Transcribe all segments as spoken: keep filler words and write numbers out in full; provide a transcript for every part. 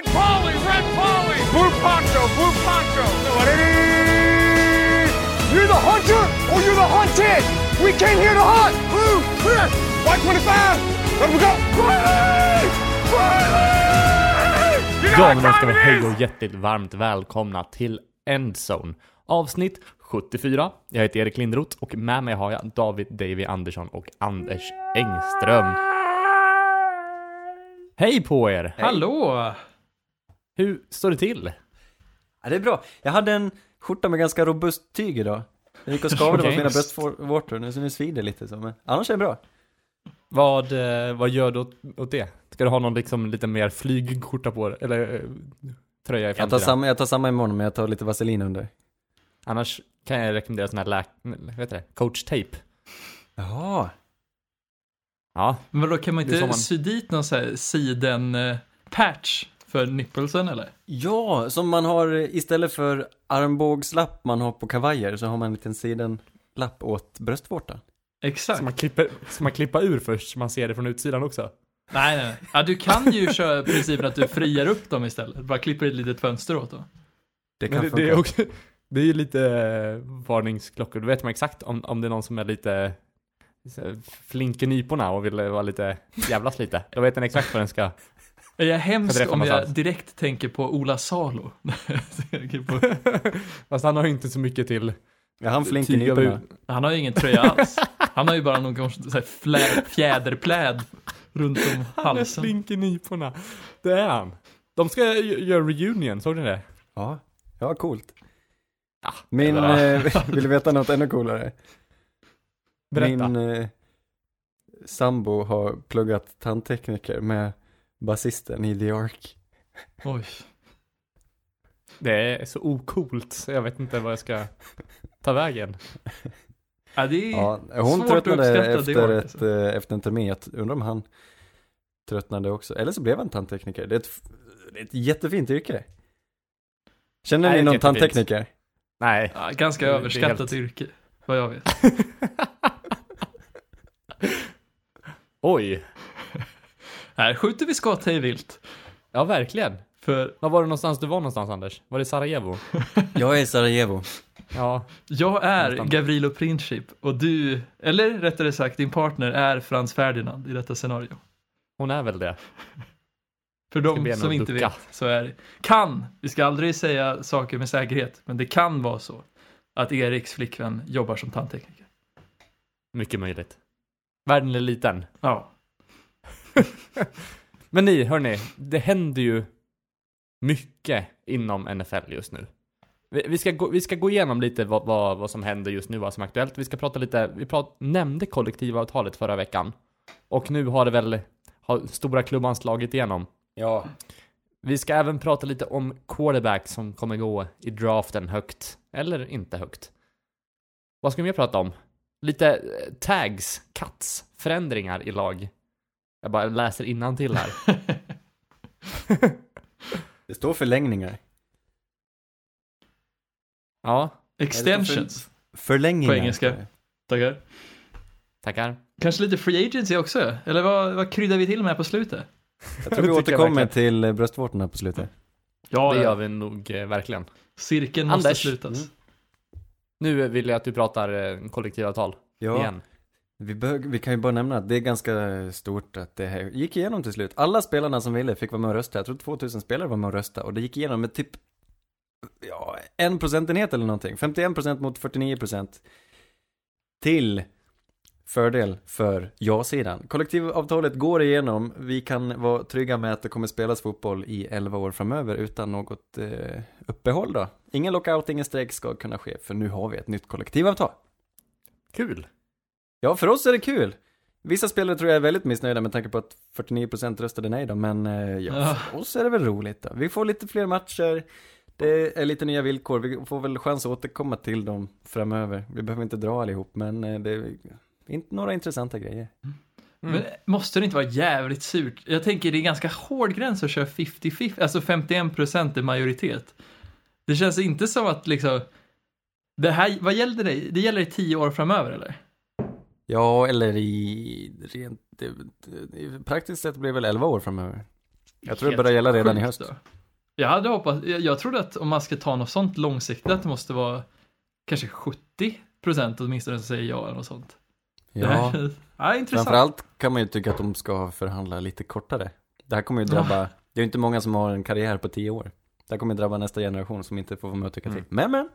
Red Polly, Red Polly, Blue Poncho, Blue Poncho. You're the hunter or you're the hunted. We came here to hunt. Blue, clear. White twenty-five. Let we go. Riley! Riley! Ja, men då ska vi hej och hjärtligt varmt välkomna till Endzone. Avsnitt sjuttiofyra. Jag heter Erik Lindroth och med mig har jag David Davy Andersson och Anders Engström. Hej på er! Hej. Hallå! Hur står det till? Ja, det är bra. Jag hade en skjorta med ganska robust tyg idag. Jag gick och skavade okay. på mina bröstvårtor. Nu så nu svider lite så, men annars är det bra. Vad, vad gör du åt, åt det? Ska du ha någon liksom lite mer flygskjorta på det? Eller äh, tröja i framtiden? Jag tar, samma, jag tar samma imorgon, men jag tar lite vaselin under. Annars kan jag rekommendera sån här läk... Vad heter det? Coach tape. Jaha. Ja. Men då kan man inte man... sy dit någon så här siden uh, patch för nippelsen eller? Ja, som man har istället för armbågslapp man har på kavajer så har man en liten sidenlapp åt bröstvårtan. Exakt. Så man klipper, så man klippa ur först så man ser det från utsidan också. Nej, nej. Ja, du kan ju köra principen att du friar upp dem istället. Bara klipper ett litet fönster åt dem. Det kan det, det är också, det är ju lite varningsklockor. Då vet man exakt om, om det är någon som är lite flink i nyporna och vill vara lite jävlas lite. Då vet man exakt vad den ska. Är jag hemskt om jag direkt tänker på Ola Salo? Fast han har ju inte så mycket till. Ja, han flink i nyporna. Han har ju ingen tröja alls. Han har ju bara någon så här flä, fjäderpläd runt om halsen. Han är flink i nyporna. Det är han. De ska göra reunion, såg ni det? Ja, ja coolt. Ja, Min, eh, vill du veta något ännu coolare? Berätta. Min eh, sambo har pluggat tandtekniker med basisten i The Ark. Oj. Det är så ocoolt så jag vet inte vad jag ska ta vägen. Ja, det är ja, hon tröttnade efter, ett, alltså. efter en termin. Jag undrar om han tröttnade också. Eller så blev han tandtekniker. Det är ett, det är ett jättefint yrke. Känner ni någon tandtekniker? Nej. Ja, ganska överskattat helt... yrke, vad jag vet. Oj. Här skjuter vi skott hej vilt. Ja, verkligen. För... Var var det någonstans du var någonstans, Anders? Var det Sarajevo? Jag är i Sarajevo. Ja. Jag är någonstans. Gavrilo Princip. Och du, eller rättare sagt din partner är Frans Ferdinand i detta scenario. Hon är väl det. För de som inte vet så är det. Kan, vi ska aldrig säga saker med säkerhet. Men det kan vara så att Eriks flickvän jobbar som tandtekniker. Mycket möjligt. Världen är liten. Ja. Men ni, hörni, det händer ju mycket inom N F L just nu. Vi, vi, ska, gå, vi ska gå igenom lite vad, vad, vad som händer just nu, vad som är aktuellt. Vi ska prata lite, vi prat, nämnde kollektivavtalet förra veckan. Och nu har det väl har stora klubban slagit igenom. Ja. Vi ska även prata lite om quarterback som kommer gå i draften högt. Eller inte högt. Vad ska vi mer prata om? Lite tags, cuts, förändringar i lag. Jag bara läser innantill här. Det står förlängningar. Ja. Extensions. För, förlängningar. På engelska. Tackar. Tackar. Kanske lite free agency också. Eller vad, vad kryddar vi till med på slutet? Jag tror vi återkommer till bröstvårtorna på slutet. Ja, det gör vi nog eh, verkligen. Cirkeln måste Anders. slutas. Mm. Nu vill jag att du pratar eh, kollektivavtal ja. igen. Vi, bör, vi kan ju bara nämna att det är ganska stort att det här gick igenom till slut. Alla spelarna som ville fick vara med och rösta. Jag tror tvåtusen spelare var med och rösta. Och det gick igenom med typ ja, en procentenhet eller någonting. femtioen procent mot fyrtionio procent. Till fördel för ja-sidan. Kollektivavtalet går igenom. Vi kan vara trygga med att det kommer spelas fotboll i elva år framöver utan något eh, uppehåll då. Ingen lockout, ingen strejk ska kunna ske. För nu har vi ett nytt kollektivavtal. Kul. Ja, för oss är det kul. Vissa spelare tror jag är väldigt missnöjda med tanke på att fyrtionio procent röstade nej då. Men eh, ja, för oss är det väl roligt då. Vi får lite fler matcher. Det är lite nya villkor. Vi får väl chans att återkomma till dem framöver. Vi behöver inte dra allihop, men eh, det är inte några intressanta grejer. Mm. Men måste det inte vara jävligt surt? Jag tänker det är ganska hård gräns att köra femtio femtio. Alltså femtioen procent är majoritet. Det känns inte som att liksom... Det här, vad gäller det? Det gäller i tio år framöver, eller? Ja, eller i rent... Det, det, praktiskt sett blir det väl elva år framöver. Jag tror det börjar gälla redan i höst. Då. Jag hade hoppats, jag, jag trodde att om man ska ta något sånt långsiktigt att det måste vara kanske sjuttio procent åtminstone som säger ja eller något sånt. Ja, Det här, ja, intressant. framförallt kan man ju tycka att de ska förhandla lite kortare. Det här kommer ju drabba, det är ju inte många som har en karriär på tio år. Det här kommer ju drabba nästa generation som inte får vara med och tycka till. Mm. Men men,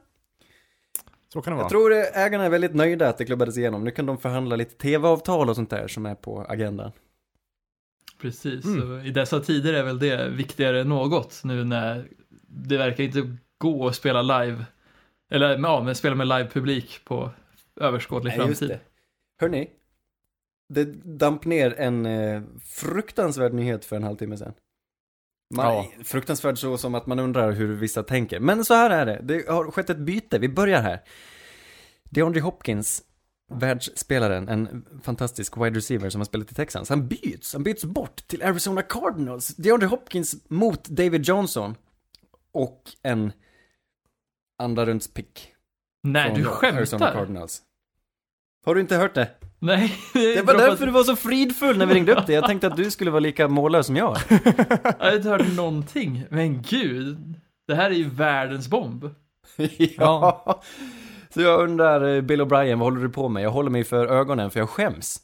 Så kan det vara. jag tror ägarna är väldigt nöjda att det klubbades igenom. Nu kan de förhandla lite tv-avtal och sånt där som är på agendan. Precis, Mm. så i dessa tider är väl det viktigare än något nu när det verkar inte gå att spela live, eller ja, men spela med live-publik på överskådlig Nej, just framtid. det. Hörrni, det damp ner en eh, fruktansvärd nyhet för en halvtimme sedan. Man, Ja. Fruktansvärd så som att man undrar hur vissa tänker. Men så här är det, det har skett ett byte, vi börjar här. DeAndre Hopkins, världsspelaren, en fantastisk wide receiver som har spelat i Texans, han byts, han byts bort till Arizona Cardinals. DeAndre Hopkins mot David Johnson och en andra runds pick. Nej, du från Arizona skämtar? Cardinals. Har du inte hört det? Nej, Det var därför du var så fridfull när vi ringde upp dig. Jag tänkte att du skulle vara lika mållös som jag. Jag har inte hört någonting. Men gud, det här är ju världens bomb. Ja. Så jag undrar, Bill O'Brien, vad håller du på med? Jag håller mig för ögonen för jag skäms.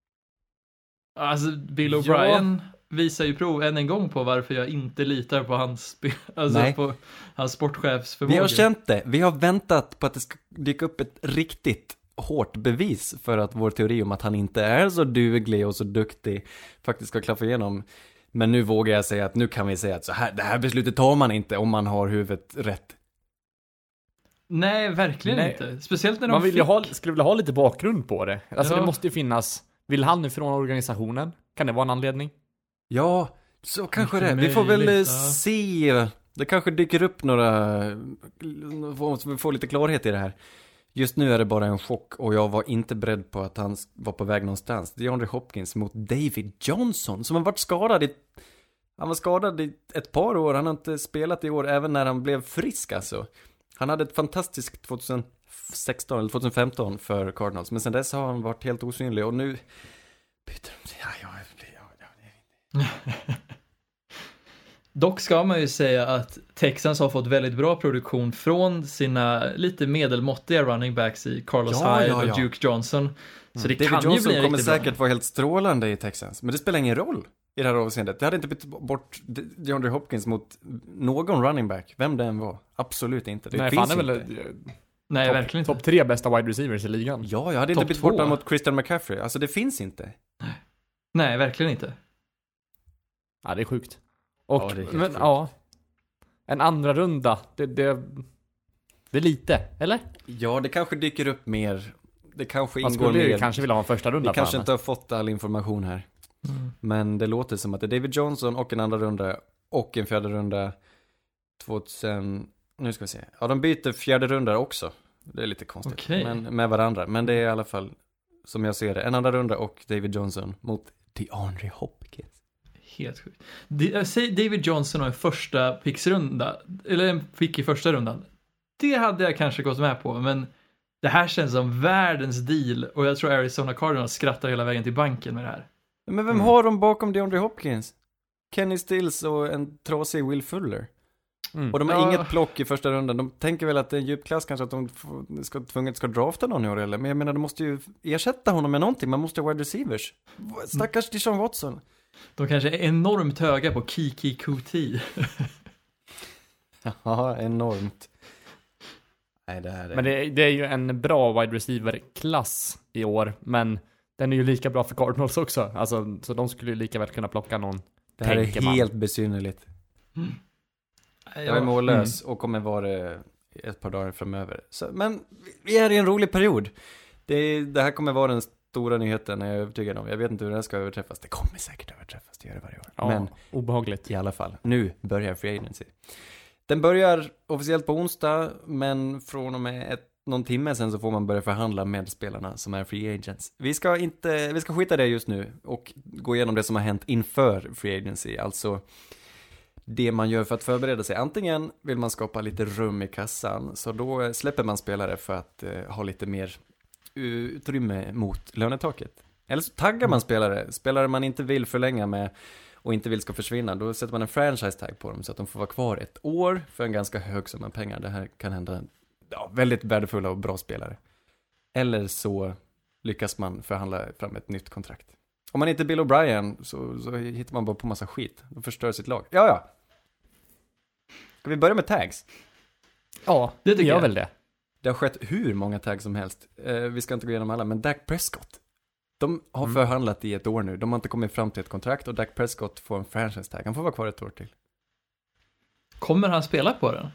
Alltså, Bill Ja. O'Brien visar ju prov än en gång på varför jag inte litar på hans, spe- alltså Nej. på hans sportchefs Vi förmåga. har känt det. Vi har väntat på att det ska dyka upp ett riktigt hårt bevis för att vår teori om att han inte är så duglig och så duktig faktiskt ska klaffa igenom. Men nu vågar jag säga att nu kan vi säga att så här, det här beslutet tar man inte om man har huvudet rätt. Nej, verkligen Nej. inte. Speciellt när de Man vill ju fick... ha, skulle vilja ha lite bakgrund på det. Alltså Ja. det måste ju finnas, vill han ifrån organisationen? Kan det vara en anledning? Ja, så kanske det. Mycket Vi får väl eh, möjligt, ja. se. Det kanske dyker upp några, så vi får lite klarhet i det här. Just nu är det bara en chock och jag var inte beredd på att han var på väg någonstans. DeAndre Hopkins mot David Johnson som har varit skadad i, han var skadad i ett par år. Han har inte spelat i år även när han blev frisk alltså. Han hade ett fantastiskt tjugohundrasexton eller tjugohundrafemton för Cardinals, men sen dess har han varit helt osynlig och nu byter de sig. Ja, ja, ja, ja. Dock ska man ju säga att Texans har fått väldigt bra produktion från sina lite medelmåttiga running backs i Carlos Ja, Hyde ja, ja. och Duke Johnson. Så det David kan Johnson ju bli kommer riktigt säkert bra. vara helt strålande i Texans, men det spelar ingen roll i det här avseendet. Det hade inte bytt bort DeAndre Hopkins mot någon running back, vem det än var. Absolut inte. Det Nej, finns fan är väl inte. eh, Nej, topp- verkligen inte. topp tre bästa wide receivers i ligan. Ja, jag hade inte Topp bytt bort två. honom mot Christian McCaffrey. Alltså det finns inte. Nej, verkligen inte. Ja, det är sjukt. Och, Ja, det är helt men sjukt. ja. En andra runda, det, det, det är lite, eller? Ja, det kanske dyker upp mer. Det kanske Man ingår skulle ju mer. kanske vilja ha en första runda Vi på kanske henne. inte har fått all information här. Mm. Men det låter som att det är David Johnson och en andra runda och en fjärde runda tvåtusen... Nu ska vi se. Ja, de byter fjärde runda också. Det är lite konstigt. Okej. Men med varandra. Men det är i alla fall, som jag ser det, en andra runda och David Johnson mot DeAndre Hopkins. Helt sjukt. Det- äh, Säg David Johnson och en första picksrunda, eller en pick i första rundan. Det hade jag kanske gått med på, men det här känns som världens deal och jag tror Arizona Cardinals skrattar hela vägen till banken med det här. Men vem Mm. har de bakom DeAndre Hopkins? Kenny Stills och en trasig Will Fuller. Mm. Och de har Ja. inget plock i första rundan. De tänker väl att det är en djupklass kanske att de får- ska, tvunget ska drafta någon i år eller. Men jag menar, de måste ju ersätta honom med någonting. Man måste ha wide receivers. Stackars Deshaun Watson. De kanske är enormt höga på Kiki Kuti. Ja, enormt. Nej, det här är... Men det, det är ju en bra wide receiver-klass i år, men den är ju lika bra för Cardinals också. Alltså, så de skulle ju lika väl kunna plocka någon. det här tänker är man. helt besynnerligt. Jag är mållös och kommer vara det ett par dagar framöver. Så, men vi är i en rolig period. Det, det här kommer vara den stora nyheten, är jag övertygad om. Jag vet inte hur den ska överträffas. Det kommer säkert överträffas, det gör det varje år. Ja, Men obehagligt. i alla fall, nu börjar Free Agency. Den börjar officiellt på onsdag, men från och med ett, någon timme sen så får man börja förhandla med spelarna som är Free Agents. Vi ska inte, vi ska skita det just nu och gå igenom det som har hänt inför Free Agency, alltså det man gör för att förbereda sig. Antingen vill man skapa lite rum i kassan, så då släpper man spelare för att eh, ha lite mer utrymme mot lönetaket. Eller så taggar man spelare, spelare man inte vill förlänga med, och inte vill ska försvinna, då sätter man en franchise tag på dem så att de får vara kvar ett år för en ganska hög summa pengar. Det här kan hända ja, väldigt värdefulla och bra spelare. Eller så lyckas man förhandla fram ett nytt kontrakt. Om man inte är Bill O'Brien så, så hittar man bara på massa skit och förstör sitt lag. Ja, ja. Ska vi börja med tags? Ja, Det tycker gör jag. väl det. Det har skett hur många tags som helst. Eh, vi ska inte gå igenom alla, men Dak Prescott. De har Mm. förhandlat i ett år nu. De har inte kommit fram till ett kontrakt och Dak Prescott får en franchise tag. Han får vara kvar ett år till. Kommer han spela på den?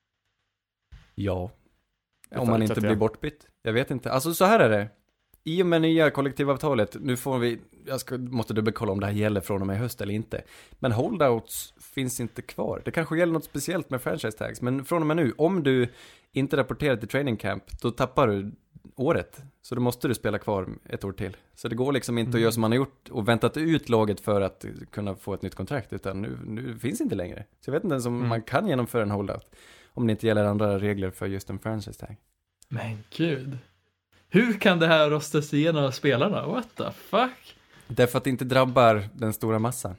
Ja. Det Om man inte förutsätter blir jag. bortbytt. Jag vet inte. Alltså så här är det. I och med nya kollektivavtalet, nu får vi, jag ska, måste dubbelkolla om det här gäller från och med höst eller inte. Men holdouts finns inte kvar. Det kanske gäller något speciellt med franchise tags. Men från och med nu, om du inte rapporterar till training camp, då tappar du året. Så då måste du spela kvar ett år till. Så det går liksom inte Mm. att göra som man har gjort och väntat ut laget för att kunna få ett nytt kontrakt. Utan nu, nu finns det inte längre. Så jag vet inte ens om Mm. man kan genomföra en holdout. Om det inte gäller andra regler för just en franchise tag. Men gud. Hur kan det här rostas igenom av spelarna? What the fuck? Därför att det inte drabbar den stora massan.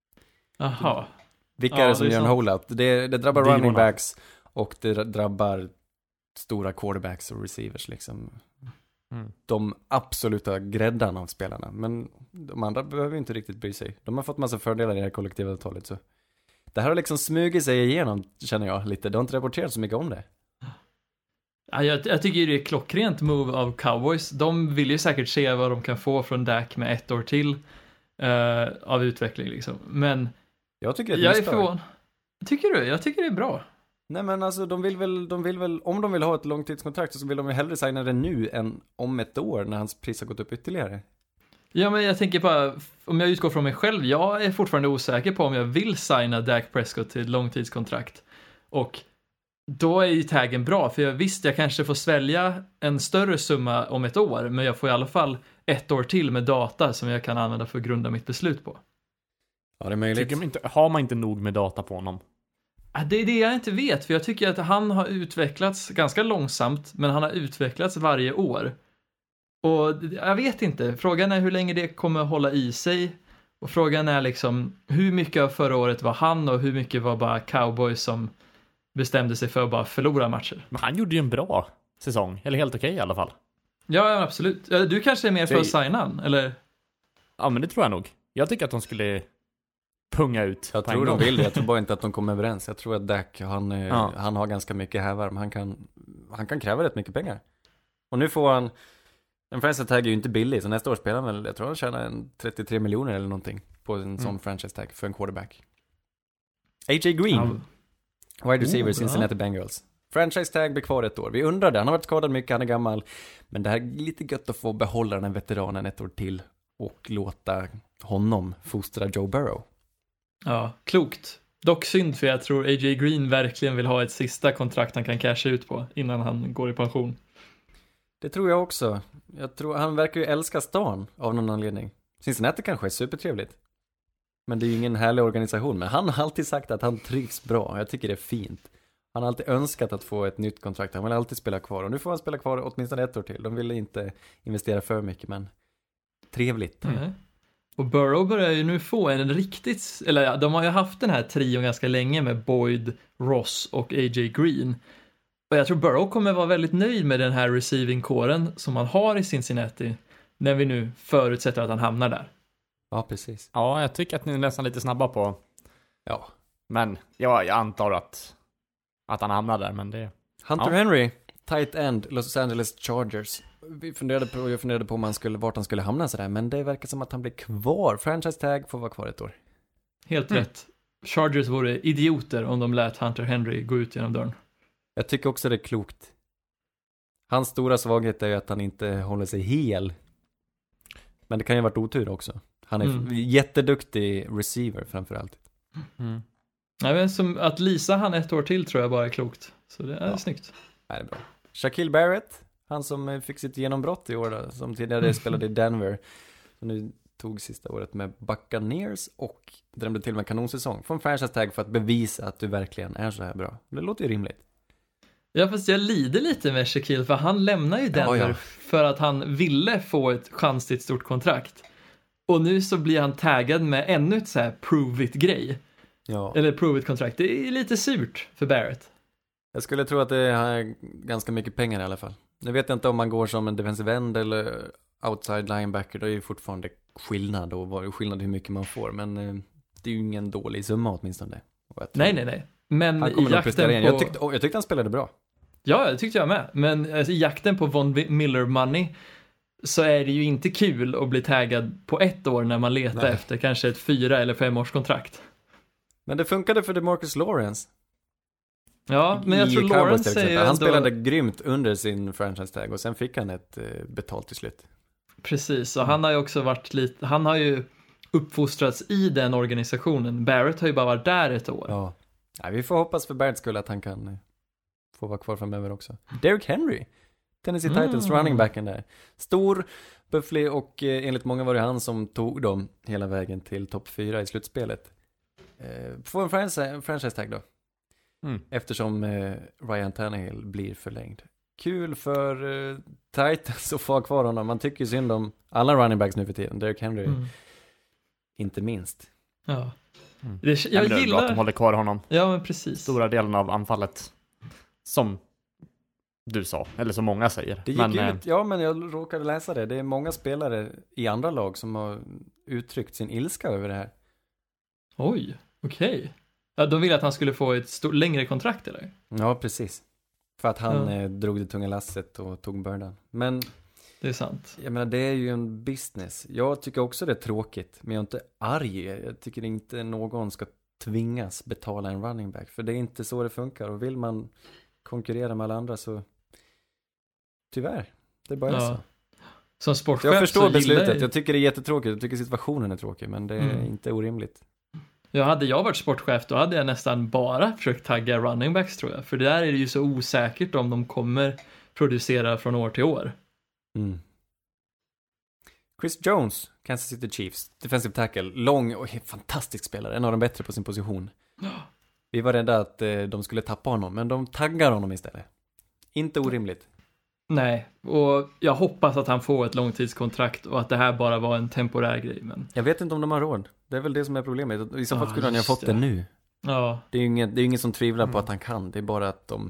Jaha. Vilka Ja, är det som det är gör en sant. holdout? Det, det drabbar Divorna. running backs och det drabbar stora quarterbacks och receivers liksom. Mm. De absoluta gräddan av spelarna. Men de andra behöver inte riktigt bry sig. De har fått massa fördelar i det här kollektivavtalet. Så det här har liksom smugit sig igenom, känner jag lite. Det har inte rapporterat så mycket om det. Ja, jag, jag tycker det är klockrent move av Cowboys. De vill ju säkert se vad de kan få från Dak med ett år till eh, av utveckling liksom. Men Jag tycker det är ett jag är misstag. förvånad. Tycker du? Jag tycker det är bra. Nej men alltså de vill väl, de vill väl, om de vill ha ett långtidskontrakt så vill de ju hellre signa det nu än om ett år när hans pris har gått upp ytterligare. Ja, men jag tänker bara, om jag utgår från mig själv, jag är fortfarande osäker på om jag vill signa Dak Prescott till ett långtidskontrakt. Och då är ju taggen bra, för jag visst, jag kanske får svälja en större summa om ett år, men jag får i alla fall ett år till med data som jag kan använda för att grunda mitt beslut på. Ja, det är möjligt. Tycker man inte, har man inte nog med data på honom? Ja, det är det jag inte vet, för jag tycker att han har utvecklats ganska långsamt, men han har utvecklats varje år. Och jag vet inte, frågan är hur länge det kommer att hålla i sig. Och frågan är liksom, hur mycket av förra året var han och hur mycket var bara Cowboys som bestämde sig för att bara förlora matcher. Men han gjorde ju en bra säsong, eller helt okej i alla fall. Ja, absolut. Ja, du kanske är mer för Det- att signa han, eller? Ja, men det tror jag nog. Jag tycker att de skulle punga ut Jag på tror en de gång. vill det, jag tror bara inte att de kommer överens. Jag tror att Dak, han, eh, Ja. han har ganska mycket hävarm. Han kan, han kan kräva rätt mycket pengar. Och nu får han, en franchise tag är ju inte billig, så nästa år spelar han väl, jag tror han tjänar en trettiotre miljoner eller någonting på en sån Mm. franchise tag för en quarterback. A J Green, Ja, wide receiver, Oh, bra. Cincinnati Bengals. Franchise tag blir kvar ett år. Vi undrade, han har varit skadad mycket, han är gammal. Men det här är lite gött att få behålla den här veteranen ett år till och låta honom fostra Joe Burrow. ja, klokt. Dock synd, för jag tror A J Green verkligen vill ha ett sista kontrakt han kan casha ut på innan han går i pension. Det tror jag också. Jag tror, han verkar ju älska stan av någon anledning. Cincinnati kanske är supertrevligt. Men det är ju ingen härlig organisation. Men han har alltid sagt att han trivs bra. Jag tycker det är fint. Han har alltid önskat att få ett nytt kontrakt. Han vill alltid spela kvar. Och nu får han spela kvar åtminstone ett år till. De ville inte investera för mycket, men trevligt. Mm. Och Burrow börjar ju nu få en riktigt, eller ja, de har ju haft den här trion ganska länge med Boyd, Ross och A J Green. Och jag tror Burrow kommer vara väldigt nöjd med den här receiving-kåren som han har i Cincinnati när vi nu förutsätter att han hamnar där. Ja, precis. Ja, jag tycker att ni är nästan lite snabba på. Ja. Men ja, jag antar att, att han hamnar där, men det... Hunter Ja. Henry, tight end, Los Angeles Chargers. Vi funderade på, jag funderade på om han skulle, vart han skulle hamna sådär. Men det verkar som att han blir kvar. Franchise tag får vara kvar ett år. Helt Mm. rätt. Chargers vore idioter om de lät Hunter Henry gå ut genom dörren. Jag tycker också det är klokt. Hans stora svaghet är ju att han inte håller sig hel. Men det kan ju ha varit otur också. Han är Mm. jätteduktig receiver framförallt. Mm. Nej, men som att Lisa han ett år till tror jag bara är klokt. Så det är Ja. snyggt. Nej, det är bra. Shaquille Barrett, han som eh, fick sitt genombrott i år då, som tidigare Mm. spelade i Denver. Så nu tog sista året med Buccaneers och drömde till med en kanonsäsong. Får en franchise tag för att bevisa att du verkligen är så här bra. Det låter ju rimligt. Ja, fast jag lider lite med Shaquille, för han lämnar ju Denver Ja, ja. för att han ville få ett chans till ett stort kontrakt. Och nu så blir han taggad med ännu ett så här prove it-grej. Ja. Eller prove it-kontrakt. Det är lite surt för Barrett. Jag skulle tro att det är ganska mycket pengar i alla fall. Nu vet jag inte om man går som en defensive end eller outside linebacker. Det är ju fortfarande skillnad och vad är skillnad hur mycket man får. Men eh, det är ju ingen dålig summa åtminstone. Nej, nej, nej. Men han kommer i nog prestera jakten igen. på... Jag tyckte, oh, jag tyckte han spelade bra. Ja, det tyckte jag med. Men alltså, i jakten på Von Miller money så är det ju inte kul att bli taggad på ett år när man letar Nej. efter kanske ett fyra eller fem års kontrakt. Men det funkade för DeMarcus Lawrence. Ja, men jag I tror Cowboys till Lawrence är exempel. ju Han ändå... spelade grymt under sin franchise tag och sen fick han ett eh, betalt till slut. Precis, och han har ju också varit lite... Han har ju uppfostrats i den organisationen. Barrett har ju bara varit där ett år. Ja. Ja, vi får hoppas för Barretts skull att han kan eh, få vara kvar framöver också. Derrick Henry, Tennessee Titans Mm. running backen där. Stor, bufflig och eh, enligt många var det han som tog dem hela vägen till topp fyra i slutspelet. Eh, får en franchise, franchise tag då. Mm. Eftersom eh, Ryan Tannehill blir förlängd. Kul för eh, Titans att få ha kvar honom. Man tycker ju synd om alla running backs nu för tiden. Derrick Henry, Mm. inte minst. Ja. Mm. Det, Jag jag men det är bra att de gillar... håller kvar honom. Ja, men precis. Stora delen av anfallet. Som du sa, eller som många säger. Det gick men, eh, ut, ja men jag råkade läsa det. Det är många spelare i andra lag som har uttryckt sin ilska över det här. Oj, okej. Ja, de ville att han skulle få ett stor, längre kontrakt, eller? Ja, precis. För att han Ja. eh, drog det tunga lasset och tog bördan. Men Det är sant. jag menar, det är ju en business. Jag tycker också det är tråkigt, men jag är inte arg. Jag tycker inte någon ska tvingas betala en running back. För det är inte så det funkar. Och vill man konkurrera med alla andra så tyvärr, det bara är Ja. så. Som Så sportchef jag förstår så gillar beslutet. jag... Jag tycker det är jättetråkigt. Jag tycker situationen är tråkig, men det är Mm. inte orimligt. Ja, hade jag varit sportchef då hade jag nästan bara försökt tagga running backs, tror jag. För där är det ju så osäkert om de kommer producera från år till år. Mm. Chris Jones, Kansas City Chiefs, defensive tackle, lång och helt fantastisk spelare, en av de bättre på sin position. Vi var rädda att eh, de skulle tappa honom, men de taggar honom istället. Inte orimligt. Nej, och jag hoppas att han får ett långtidskontrakt och att det här bara var en temporär grej. Men Jag vet inte om de har råd. Det är väl det som är problemet. I så fall Ah, skulle han ju ha just fått det. det. nu. ja, Det är ju ingen, det är ingen som tvivlar på Mm. att han kan. Det är bara att de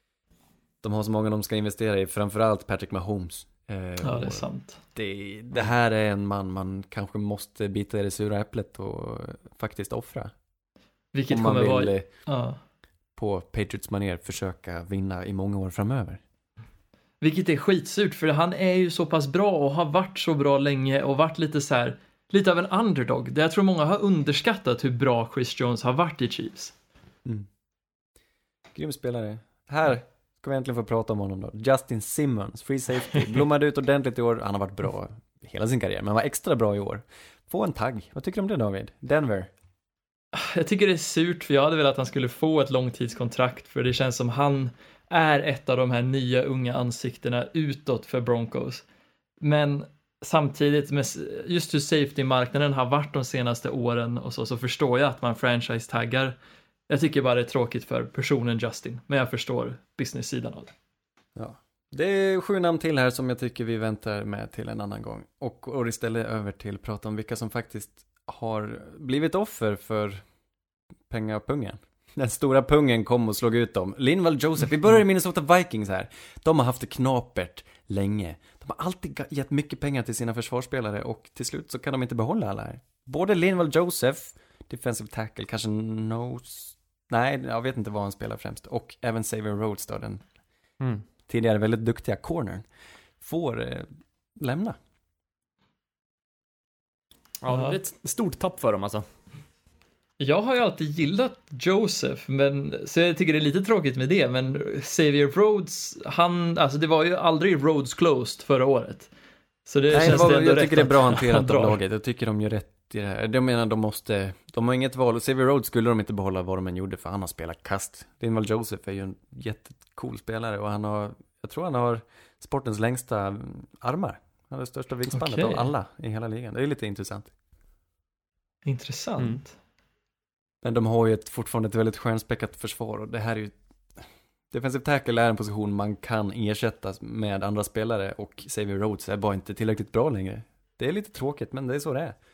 de har så många de ska investera i. Framförallt Patrick Mahomes. Eh, ja, det är och sant. det, det här är en man man kanske måste bita i det sura äpplet och faktiskt offra. Vilket Om man kommer vill vara... eh, Ja. på Patriots manér försöka vinna i många år framöver. Vilket är skitsurt, för han är ju så pass bra och har varit så bra länge och varit lite så här, lite av en underdog. Det jag tror många har underskattat hur bra Chris Jones har varit i Chiefs. Mm. Grym spelare. Här ska vi äntligen få prata om honom då. Justin Simmons, free safety. Blommade ut ordentligt i år. Han har varit bra hela sin karriär, men han var extra bra i år. Få en tagg. Vad tycker du om det, David? Denver. Jag tycker det är surt, för jag hade velat att han skulle få ett långtidskontrakt, för det känns som han är ett av de här nya unga ansiktena utåt för Broncos. Men samtidigt med just hur safety-marknaden har varit de senaste åren och så, så förstår jag att man franchise-taggar. Jag tycker bara det är tråkigt för personen Justin, men jag förstår business-sidan av det. Ja. Det är sju namn till här som jag tycker vi väntar med till en annan gång. Och, och istället över till att prata om vilka som faktiskt har blivit offer för pengapungen. Den stora pungen kom och slog ut dem. Linval Joseph, vi börjar i Minnesota Vikings här. De har haft det knapert länge. De har alltid gett mycket pengar till sina försvarsspelare och till slut så kan de inte behålla alla här. Både Linval Joseph, defensive tackle, kanske nose... Nej, jag vet inte vad han spelar främst. Och även Xavier Rhodes då, den mm. tidigare väldigt duktiga cornern, får eh, lämna. Ja, det är ett stort tapp för dem alltså. Jag har ju alltid gillat Joseph, men, så jag tycker det är lite tråkigt med det, men Xavier Rhodes, han, alltså det var ju aldrig Rhodes closed förra året. Så det Nej, känns det var, det ändå jag rätt tycker det är bra att han hanterat av drar. laget. Jag tycker de gör rätt i det här. De menar de måste, de har inget val. Xavier Rhodes skulle de inte behålla vad de än gjorde, för han har spelat kast. Linval Joseph är ju en jättecool spelare och han har, jag tror han har sportens längsta armar. Han har det största vingspannet Okej. av alla i hela ligan. Det är lite intressant. Intressant. Mm. Men de har ju ett, fortfarande ett väldigt stjärnspäckat försvar och det här är ju, defensive tackle är en position man kan ersätta med andra spelare och Xavier Rhodes är bara inte tillräckligt bra längre. Det är lite tråkigt, men det är så det är.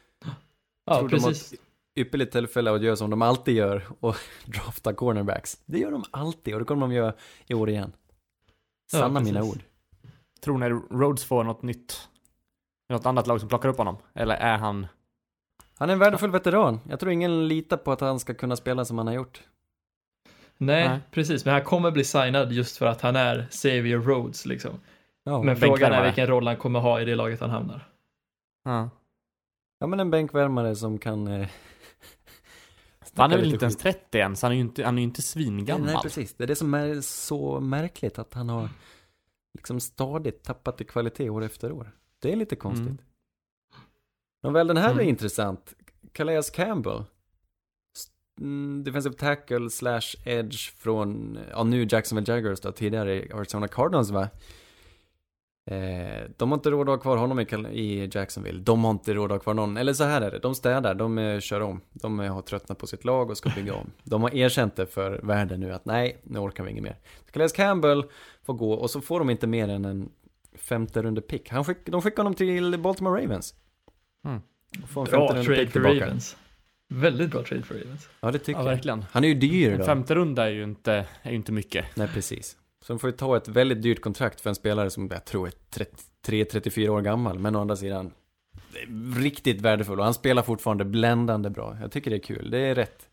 Ja, tror de har precis. ett ypperligt tillfälle att göra som de alltid gör och drafta cornerbacks. Det gör de alltid och det kommer de göra i år igen. Ja, Sanna precis. mina ord. Tror ni Rhodes får något nytt? Något annat lag som plockar upp honom? Eller är han... Han är en värdefull veteran. Jag tror ingen litar på att han ska kunna spela som han har gjort. Nej, Nej. precis. Men han kommer bli signad just för att han är Xavier Rhodes liksom. Ja, Men frågan är bänkvärmare. vilken roll han kommer ha i det laget han hamnar. Ja. ja men en bänkvärmare som kan... Eh, Han är väl lite inte ens skit. trettio än, så han är ju inte, han är ju inte Ja, svingammal. nej, precis. Det är det som är så märkligt. Att han har liksom stadigt tappat i kvalitet år efter år. Det är lite konstigt. Mm. Men väl, den här Mm. är intressant. Calais Campbell. Mm, defensive tackle slash edge från, ja nu Jacksonville Jaguars då, tidigare i Arizona Cardinals va. Eh, de har inte råd att ha kvar honom i, Cal- i Jacksonville. De har inte råd att ha kvar någon. Eller så här är det, de städar, de eh, kör om. De eh, har tröttnat på sitt lag och ska bygga om. De har erkänt det för världen nu att nej, nu orkar vi inget mer. Calais Campbell får gå och så får de inte mer än en femte runde pick. Han skick, de skickar honom till Baltimore Ravens. Mm. Och får en Bra femte runde trade pick för tillbaka. Ravens. Väldigt bra trade för Ravens. Ja, det tycker Ja, jag. verkligen. Han är ju dyr En då. femte runda är ju inte, är ju inte mycket. Nej, precis. Så de får ju ta ett väldigt dyrt kontrakt för en spelare som jag tror är trettiotre trettiofyra år gammal. Men å andra sidan, det är riktigt värdefull. Och han spelar fortfarande bländande bra. Jag tycker det är kul. Det är rätt.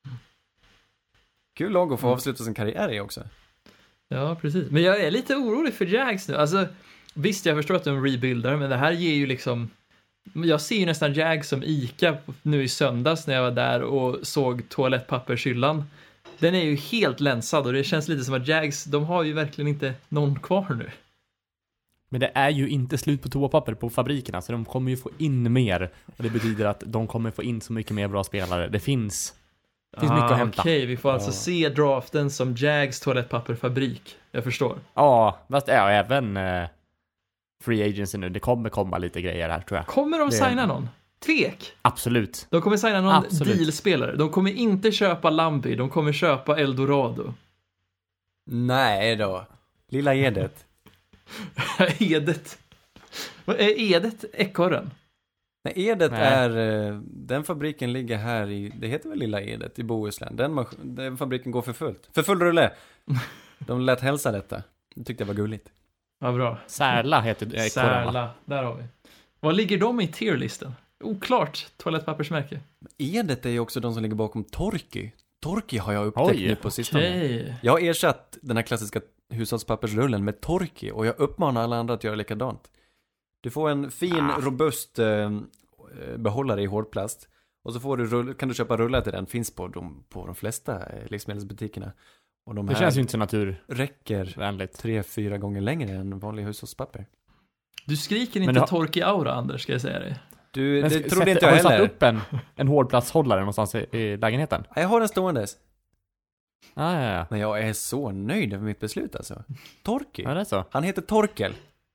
Kul lag att få avsluta sin karriär i också. Ja, precis. Men jag är lite orolig för Jags nu. Alltså, visst, jag förstår att de rebuildar, men det här ger ju liksom... Jag ser ju nästan Jags som Ica nu i söndags när jag var där och såg toalettpappershyllan. Den är ju helt länsad och det känns lite som att Jags, de har ju verkligen inte någon kvar nu. Men det är ju inte slut på toapapper på fabrikerna, så de kommer ju få in mer. Och det betyder att de kommer få in så mycket mer bra spelare. Det finns, det finns mycket att hämta. Okej, vi får alltså Ja. se draften som Jags toalettpapperfabrik. Jag förstår. Ja, fast ja, även eh, free agency nu. Det kommer komma lite grejer här, tror jag. Kommer de Det- signa någon? Tvek. Absolut. De kommer signa någon Absolut. dealspelare. De kommer inte köpa Lambi, de kommer köpa Eldorado. Nej då. Lilla Edet. Edet. Vad är Edet ekorren? Nej, Edet Nej. är... eh, Den fabriken ligger här i... Det heter väl Lilla Edet i Bohuslän. Den, mas- den fabriken går för fullt. För full rulle. De lät hälsa detta. Det tyckte jag var gulligt. Ja, bra. Särla heter eh, ekorren, va? Särla, där har vi. Vad ligger de i tierlisten? Oklart toalettpappersmärke. Edet är ju också de som ligger bakom Torky. Torky har jag upptäckt Oj, nu på sistone. Okej. Jag har ersatt den här klassiska hushållspappersrullen med Torky och jag uppmanar alla andra att göra likadant. Du får en fin, Ah. robust eh, behållare i hårdplast och så får du rull- kan du köpa rullar till den. Finns på de, på de flesta eh, livsmedelsbutikerna. Och de Det här känns ju inte så naturvänligt. räcker tre, fyra gånger längre än vanlig hushållspapper. Du skriker Men inte du har- tork i aura, Anders, ska jag säga dig. Du, Men det sk- trodde sätter- inte jag har du satt heller. upp en, en hårdplatshållare någonstans i, i lägenheten? Jag har den ståendes. Ah, ja, ja. Men jag är så nöjd med mitt beslut alltså. Torky. Ja, det är så. Han heter Torkel.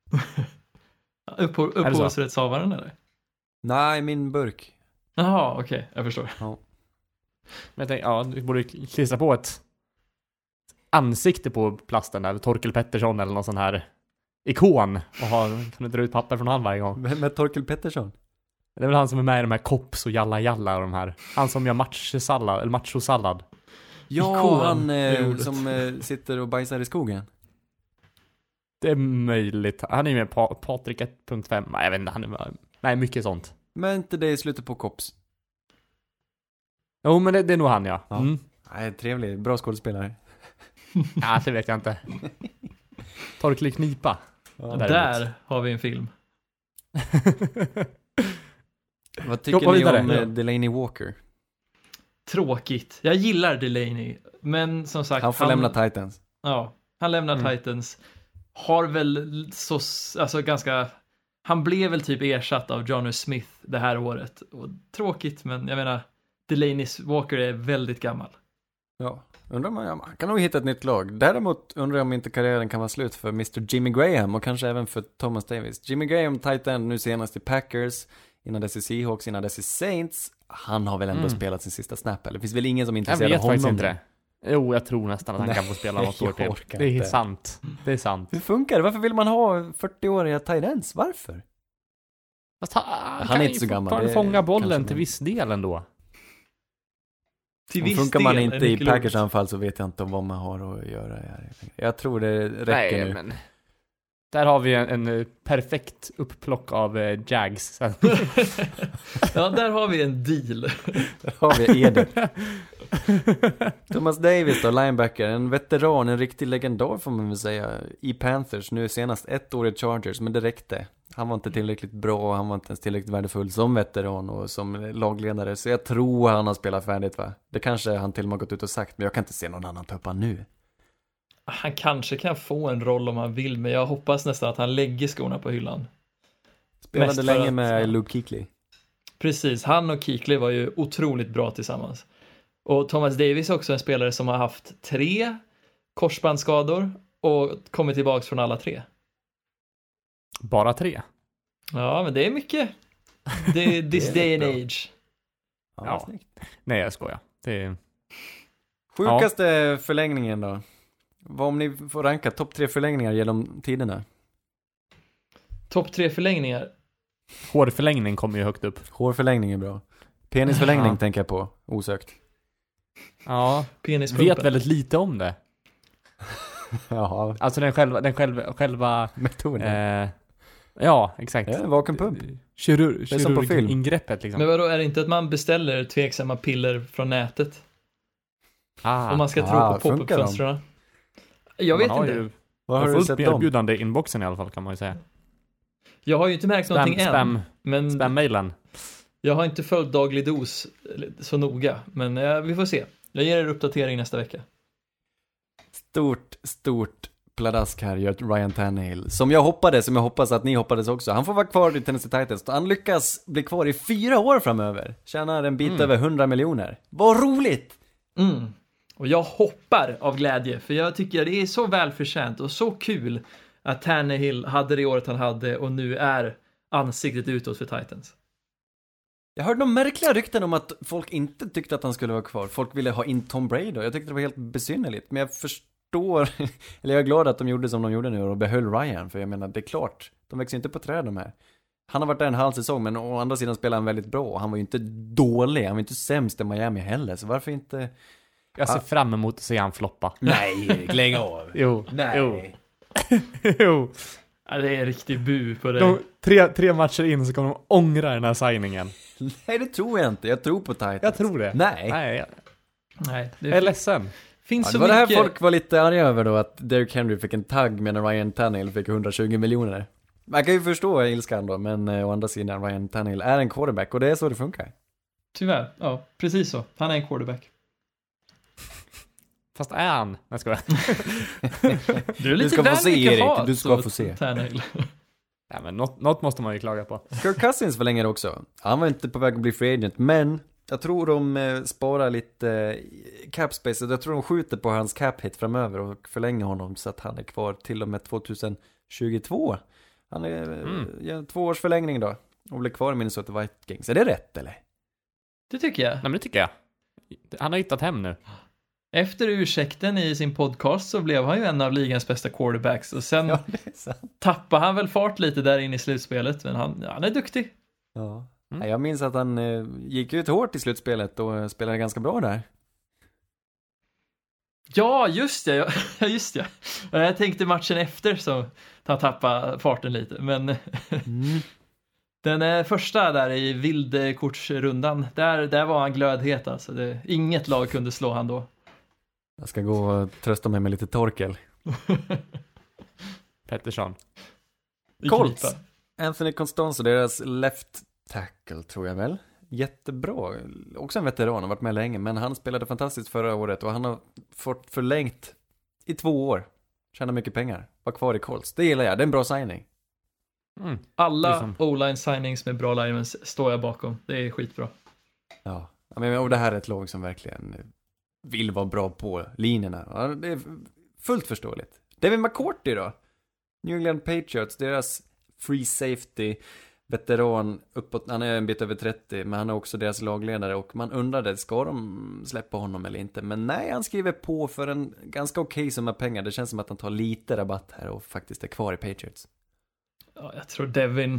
Upp, det så? upphovsrättshavaren, eller? Nej, min burk. Jaha, okej, jag förstår. Men jag tänkte, ja, du borde klistra på ett ansikte på plasten där, Torkel Pettersson eller någon sån här ikon och ha, kan du dra ut papper från han varje gång. Med, med Torkel Pettersson. Det är väl han som är med i de här Kops och Jalla Jalla och de här. Han som gör matchsallad, eller machosallad. Ja, Ikon, han det är eh, ordet. som eh, sitter och bajsar i skogen. Det är möjligt. Han är ju med på Patrik ett punkt fem. Nej, jag vet inte, han är med. Nej, mycket sånt. Men inte det i slutet på Kops. Jo, men det, det är nog han, ja. Ja. Mm. Nej, trevlig. Bra skådespelare. Ja, det vet jag inte. Torkel Knipa. Ja. Däremot. Där har vi en film. Vad tycker Jobba ni vidare. om eh, Ja. Delaney Walker? Tråkigt. Jag gillar Delaney, men som sagt... Han får lämna Titans. Ja, han lämnar Mm. Titans. Har väl så, alltså ganska... Han blev väl typ ersatt av Jonnu Smith det här året. Och tråkigt, men jag menar, Delaney Walker är väldigt gammal. Ja, undrar man, ja, man kan nog hitta ett nytt lag. Däremot undrar jag om inte karriären kan vara slut för mister Jimmy Graham och kanske även för Thomas Davis. Jimmy Graham, Titan, nu senast i Packers, innan dess i Seahawks, innan dess i Saints. Han har väl ändå Mm. spelat sin sista snap, eller? Det finns väl ingen som är Jag intresserad vet av honom? faktiskt inte det. Jo, jag tror nästan att han Nej, kan få spela något år jag till. orkar Det är inte. sant. Det är sant. Hur funkar det? Varför vill man ha fyrtioåriga tight ends? Varför? Fast han, han, Han kan är ju inte så gammal, fortfarande det är fånga bollen kanske till mer. viss del ändå. Till Om viss funkar man del är inte i nyckelordet. Packers anfall så vet jag inte om vad man har att göra här. Jag tror det räcker Nej, nu. men där har vi en, en eh, perfekt upplock av eh, Jags. Ja, där har vi en deal. Där har vi Eder. Thomas Davis då, linebacker, en veteran, en riktig legendar får man väl säga, i Panthers, nu senast ett år i Chargers, men det räckte. Han var inte tillräckligt bra, han var inte ens tillräckligt värdefull som veteran och som lagledare, så jag tror han har spelat färdigt, va? Det kanske han till och med har gått ut och sagt, men jag kan inte se någon annan ta upp han nu. Han kanske kan få en roll om han vill, men jag hoppas nästan att han lägger skorna på hyllan. Spelade Mest för länge att- med Luke Kuechly. Precis, han och Kuechly var ju otroligt bra tillsammans. Och Thomas Davis är också en spelare som har haft tre korsbandsskador och kommit tillbaka från alla tre. Bara tre. Ja, men det är mycket. Det är this Det är day and bra. age. Ja, Ja. snyggt. Nej, jag skojar. Det är... Sjukaste förlängningen då? Vad om ni får ranka topp tre förlängningar genom tiderna? Topp tre förlängningar. Hårförlängning kommer ju högt upp. Hårförlängning är bra. Penisförlängning Ja. tänker jag på, osökt. Ja, Penispumpen. vet väldigt lite om det. Jaha, Alltså den själva, den själva, själva metoden. eh, ja, exakt. Ja, en vakuumpump. Kirurg, är som på film. kirurgingreppet liksom. Men vadå, är det inte att man beställer tveksamma piller från nätet? ah, Om man ska Ah, tro på funkar pop-up-fönstren? Jag vet man har inte. Ju, Vad har du fullt sett med dem? erbjudande i inboxen i alla fall kan man ju säga. Jag har ju inte märkt Spam, någonting spam, än. Men spam-mailen. jag har inte följt daglig dos så noga. Men eh, vi får se. Jag ger er uppdatering nästa vecka. Stort, stort pladask här gör Ryan Tannehill. Som jag hoppades, som jag hoppas att ni hoppades också. Han får vara kvar i Tennessee Titans. Han lyckas bli kvar i fyra år framöver. Tjänar en bit Mm. över hundra miljoner. Vad roligt! Mm. Och jag hoppar av glädje. För jag tycker det är så välförtjänt och så kul att Tannehill hade det året han hade och nu är ansiktet utåt för Titans. Jag hörde några märkliga rykten om att folk inte tyckte att han skulle vara kvar. Folk ville ha in Tom Brady. Jag tyckte det var helt besynnerligt. Men jag förstår, eller jag är glad att de gjorde som de gjorde nu och behöll Ryan. För jag menar, det är klart, de växer inte på träd de här. Han har varit där en halv säsong, men å andra sidan spelar han väldigt bra. Han var ju inte dålig, han var inte sämst i Miami heller. Så varför inte... Jag ser Ah. fram emot att se han floppa. Nej, lägg av. Jo, Nej. jo. jo. Ja, det är en riktig bu på det. De, tre, tre matcher in så kommer de ångra den här signingen. Nej, det tror jag inte. Jag tror på Titans. Jag tror det. Nej. Nej, jag, Nej, det jag är ledsen. finns Ja, så det var det här mycket. folk var lite arga över då, att Derrick Henry fick en tagg medan Ryan Tannehill fick hundratjugo miljoner. Man kan ju förstå ilskan då, men eh, å andra sidan Ryan Tannehill är en quarterback och det är så det funkar. Tyvärr, ja, precis så. Han är en quarterback. Fast är han? Jag skojar. Du är lite ska få väl se, mycket Erik. hat Du ska åt få se. Tannehill. Ja, men något, något måste man ju klaga på. Kirk Cousins förlänger också. Han var inte på väg att bli free agent, men jag tror de eh, sparar lite eh, cap space. Jag tror de skjuter på hans cap hit framöver och förlänger honom så att han är kvar till och med tjugohundratjugotvå. Han är Mm. ja, två års förlängning då och blir kvar i Minnesota Vikings. Är det rätt eller? Det tycker jag. Nej, men det tycker jag. Han har hittat hem nu. Efter ursäkten i sin podcast så blev han ju en av ligans bästa quarterbacks och sen Ja, det är sant. tappade han väl fart lite där in i slutspelet, men han, han är duktig. Ja. Mm. Nej, jag minns att han eh, gick ut hårt i slutspelet och eh, spelade ganska bra där. Ja, just det. Ja, just det. Jag tänkte matchen efter så han tappade farten lite, men Mm. den eh, första där i vildkortsrundan, där, där var han glödhet alltså. Det, inget lag kunde slå han då. Jag ska gå och trösta mig med lite torkel. Pettersson. I Colts. knipa. Anthony Constanzo, deras left tackle tror jag väl. Jättebra. Också en veteran, har varit med länge. Men han spelade fantastiskt förra året och han har fått förlängt i två år. Tjänar mycket pengar. Var kvar i Colts. Det gillar jag, det är en bra signing. Mm. Alla Liksom. O-line signings med bra linemans står jag bakom. Det är skitbra. Ja, Ja, men, och det här är ett lag som verkligen vill vara bra på linjerna. Ja, det är fullt förståeligt. David McCourty då? New England Patriots, deras free safety veteran uppåt, han är en bit över trettio, men han är också deras lagledare och man undrade, ska de släppa honom eller inte? Men nej, han skriver på för en ganska okej summa pengar. Det känns som att han tar lite rabatt här och faktiskt är kvar i Patriots. Ja, jag tror Devin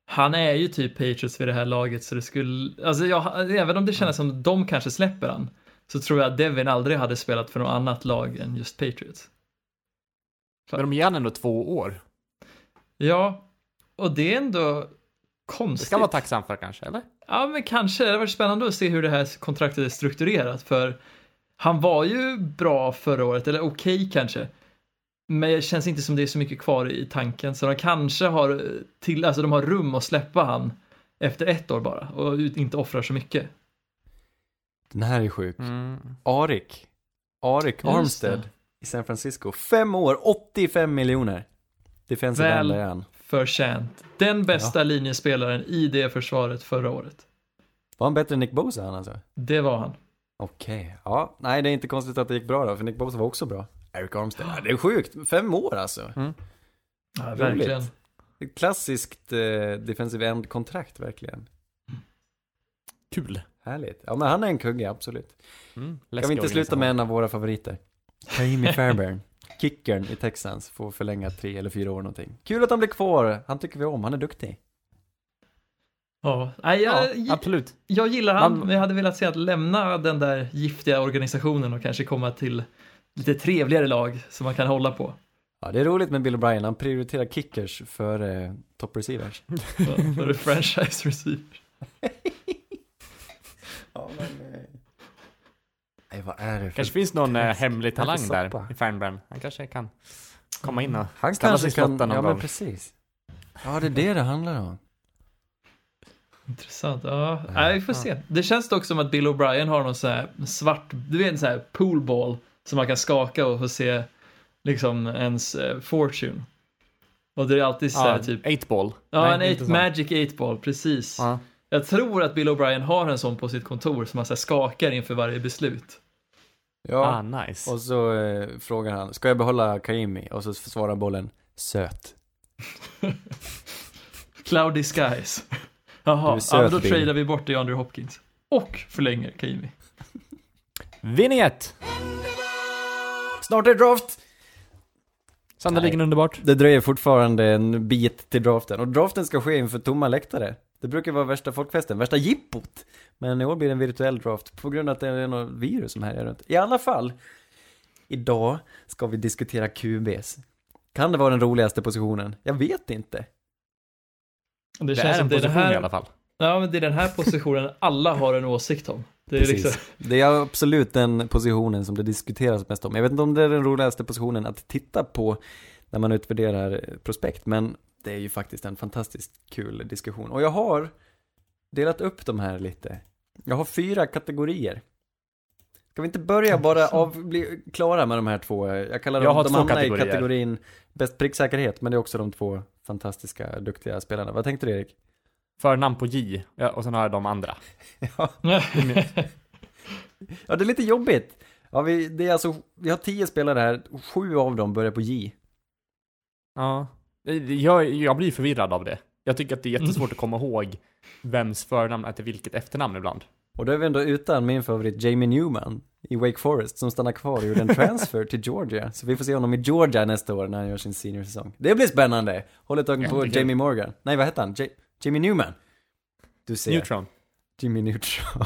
han är ju typ Patriots vid det här laget, så det skulle, alltså jag, även om det känns som de kanske släpper han, så tror jag att Devin aldrig hade spelat för något annat lag än just Patriots. Men de ger han ändå två år. Ja, och det är ändå Det konstigt. ska vara tacksam för kanske, eller? Ja, men kanske. Det har varit spännande att se hur det här kontraktet är strukturerat, för han var ju bra förra året, eller okej okay, kanske. Men det känns inte som det är så mycket kvar i tanken, så de kanske har till, alltså de har rum att släppa han efter ett år bara och inte offrar så mycket. Den här är sjuk. Mm. Arik. Arik Just Armstead det. i San Francisco. Fem år, åttiofem miljoner. Defensive Väl end är han. förtjänt. Den bästa Ja. linjespelaren i det försvaret förra året. Var han bättre än Nick Bosa han alltså? Det var han. Okej, ja. Nej, det är inte konstigt att det gick bra då, för Nick Bosa var också bra. Eric Armstead, ja, det är sjukt. Fem år alltså. Mm. Ja, verkligen. Ett klassiskt eh, defensive end-kontrakt, verkligen. Kul. Härligt. Ja, men han är en kugge, absolut. Mm. Kan vi inte sluta med en av våra favoriter? Jaime Fairbairn. Kickern i Texans får förlänga tre eller fyra år någonting. Kul att han blir kvar. Han tycker vi om. Han är duktig. Ja, nej, jag, Ja, absolut. jag gillar han, Man- men jag hade velat se att lämna den där giftiga organisationen och kanske komma till lite trevligare lag som man kan hålla på. Ja, det är roligt med Bill O'Brien. Han prioriterar kickers för eh, top receivers. För, för franchise receiver. Ja, men... Eh... Nej, vad är det för... Kanske finns någon eh, hemlig talang soppa. där i Fernbrand. Han kanske kan komma in och Han ställa kanske sig i kan... slotten någon Ja, men gång. precis. Ja, det är det det handlar om. Intressant, ja. Nej, vi får se. Det känns dock som att Bill O'Brien har någon så här svart, du vet en så här poolball som man kan skaka och få se liksom ens eh, fortune. Och det är alltid så här Ja, typ, eight ball. ja, Nej, en inte eight, så. Magic eight ball, precis. Ja. Jag tror att Bill O'Brien har en sån på sitt kontor som man så här skakar inför varje beslut. Ja, Ah, nice. och så eh, frågar han, ska jag behålla Kaimi? Och så svarar bollen, söt. Cloudy skies. Du Jaha, är söt, ja, men då Bill. tradar vi bort DeAndre Hopkins. Och förlänger Kaimi. Vinjet! Snart är draft! Sannoliken Nej. underbart. Det dröjer fortfarande en bit till draften. Och draften ska ske inför tomma läktare. Det brukar vara värsta folkfesten, värsta jippot. Men i år blir det en virtuell draft på grund av att det är något virus som här är runt. I alla fall, idag ska vi diskutera Q Bs. Kan det vara den roligaste positionen? Jag vet inte. Det, Det känns är som en det är den position här, i alla fall. Ja, men det är den här positionen alla har en åsikt om. Det är Precis. liksom, Det är absolut den positionen som det diskuteras mest om. Jag vet inte om det är den roligaste positionen att titta på när man utvärderar prospekt, men det är ju faktiskt en fantastiskt kul diskussion. Och jag har delat upp de här lite. Jag har fyra kategorier. Ska vi inte börja bara av, bli klara med de här två? Jag kallar dem, Jag har de två hamnar i kategorier. kategorin bäst pricksäkerhet, men det är också de två fantastiska, duktiga spelarna. Vad tänkte du, Erik? Förnamn på J, ja, och sen har jag de andra. Ja, ja, det är lite jobbigt. Ja, vi, det är alltså, vi har tio spelare här, sju av dem börjar på J. Ja. Jag, jag blir förvirrad av det. Jag tycker att det är jättesvårt att komma ihåg vems förnamn är till vilket efternamn ibland. Och då är vi ändå utan min favorit Jamie Newman i Wake Forest som stannar kvar och gjorde en transfer till Georgia. Så vi får se honom i Georgia nästa år när han gör sin senior-säsong. Det blir spännande! Håll ett öga på Jättekul. Jamie Morgan. Nej, vad heter han? J- Jamie Newman. Du ser. Neutron. Jimmy Neutron.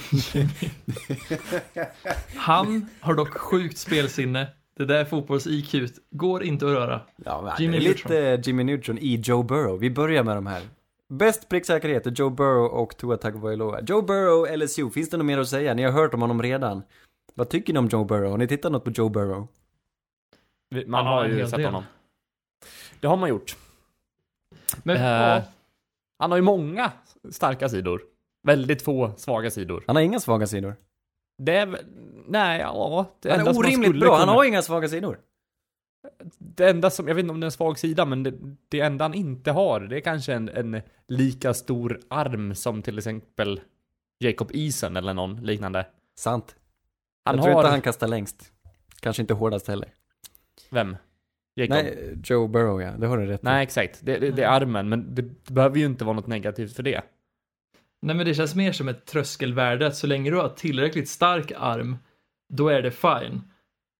han har dock sjukt spelsinne. Det där fotbolls-I Q går inte att röra. Ja, men Jimmy det är lite Jimmy Neutron i Joe Burrow. Vi börjar med de här. Bäst pricksäkerhet är Joe Burrow och Tua Tagovailoa. Joe Burrow, L S U. Finns det något mer att säga? Ni har hört om honom redan. Vad tycker ni om Joe Burrow? Har ni tittat något på Joe Burrow? Vi- Man Ja, har en ju hel sett del. honom. Det har man gjort. Men Eh, ja, Han har ju många starka sidor. Väldigt få svaga sidor. Han har inga svaga sidor. Det är väl- nej, ja. Det Han enda är som man orimligt skulle bra. Han kunna- har inga svaga sidor. Det enda som, jag vet inte om det är en svag sida, men det, det enda han inte har, det är kanske en, en lika stor arm som till exempel Jacob Eason eller någon liknande. Sant. Han jag tror har, inte han kastar längst. Kanske inte hårdast heller. vem? Jacob? Nej, Nej, Joe Burrow, ja. Det har du rätt i. exakt. Det, det, det är armen, men det, det behöver ju inte vara något negativt för det. nej, men det känns mer som ett tröskelvärde att så länge du har tillräckligt stark arm, då är det fine.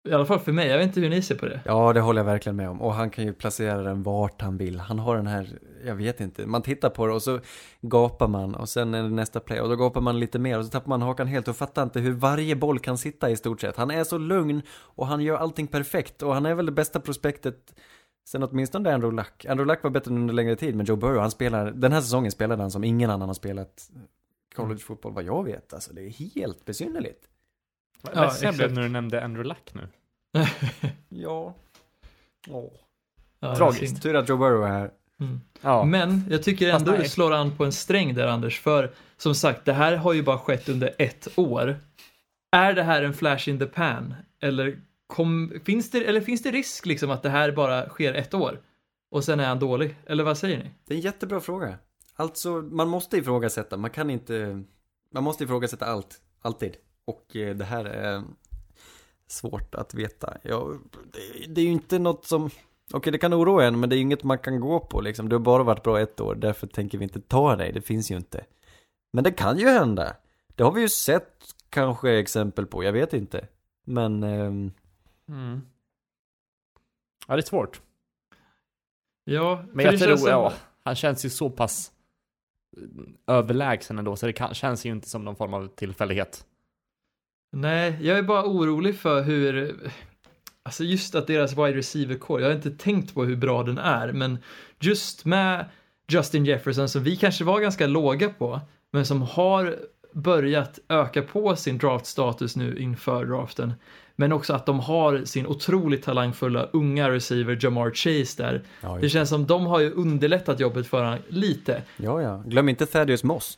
I alla fall för mig, jag vet inte hur ni ser på det. Ja, det håller jag verkligen med om. Och han kan ju placera den vart han vill. Han har den här, jag vet inte, man tittar på det och så gapar man och sen är det nästa play och då gapar man lite mer och så tappar man hakan helt och fattar inte hur varje boll kan sitta i stort sett. Han är så lugn och han gör allting perfekt och han är väl det bästa prospektet sen åtminstone Andrew Luck. Andrew Luck var bättre under längre tid, men Joe Burrow, han spelar, den här säsongen spelade han som ingen annan har spelat collegefotboll vad jag vet. Alltså det är helt besynnerligt. Ja, ledsen jag blev när du nämnde Andrew Luck nu. Ja. Åh. Ja, Tragiskt. Tur att Joe Burrow är här. Mm. Ja. Men jag tycker ändå du slår an på en sträng där, Anders, för som sagt, det här har ju bara skett under ett år. Är det här en flash in the pan? Eller, kom, finns, det, eller finns det risk liksom att det här bara sker ett år? Och sen är han dålig? Eller vad säger ni? Det är en jättebra fråga. Alltså, man måste ifrågasätta. Man kan inte... Man måste ifrågasätta allt. Alltid. Och eh, det här är svårt att veta. Ja, det, det är ju inte något som... Okej, det kan oroa en, men det är inget man kan gå på liksom. Du har bara varit bra ett år, därför tänker vi inte ta dig. Det finns ju inte. Men det kan ju hända. Det har vi ju sett kanske exempel på. Jag vet inte. Men... Ehm... Mm. Ja, det är svårt. Ja, men jag tror, som... ja, han känns ju så pass överlägsen ändå, så det kan, känns ju inte som någon form av tillfällighet. Nej, jag är bara orolig för hur, alltså just att deras wide receiver core, jag har inte tänkt på hur bra den är, men just med Justin Jefferson som vi kanske var ganska låga på, men som har börjat öka på sin draftstatus nu inför draften, men också att de har sin otroligt talangfulla unga receiver Jamar Chase där. Ja, det känns som de har ju underlättat jobbet för honom lite. Ja, ja. Glöm inte Thaddeus Moss.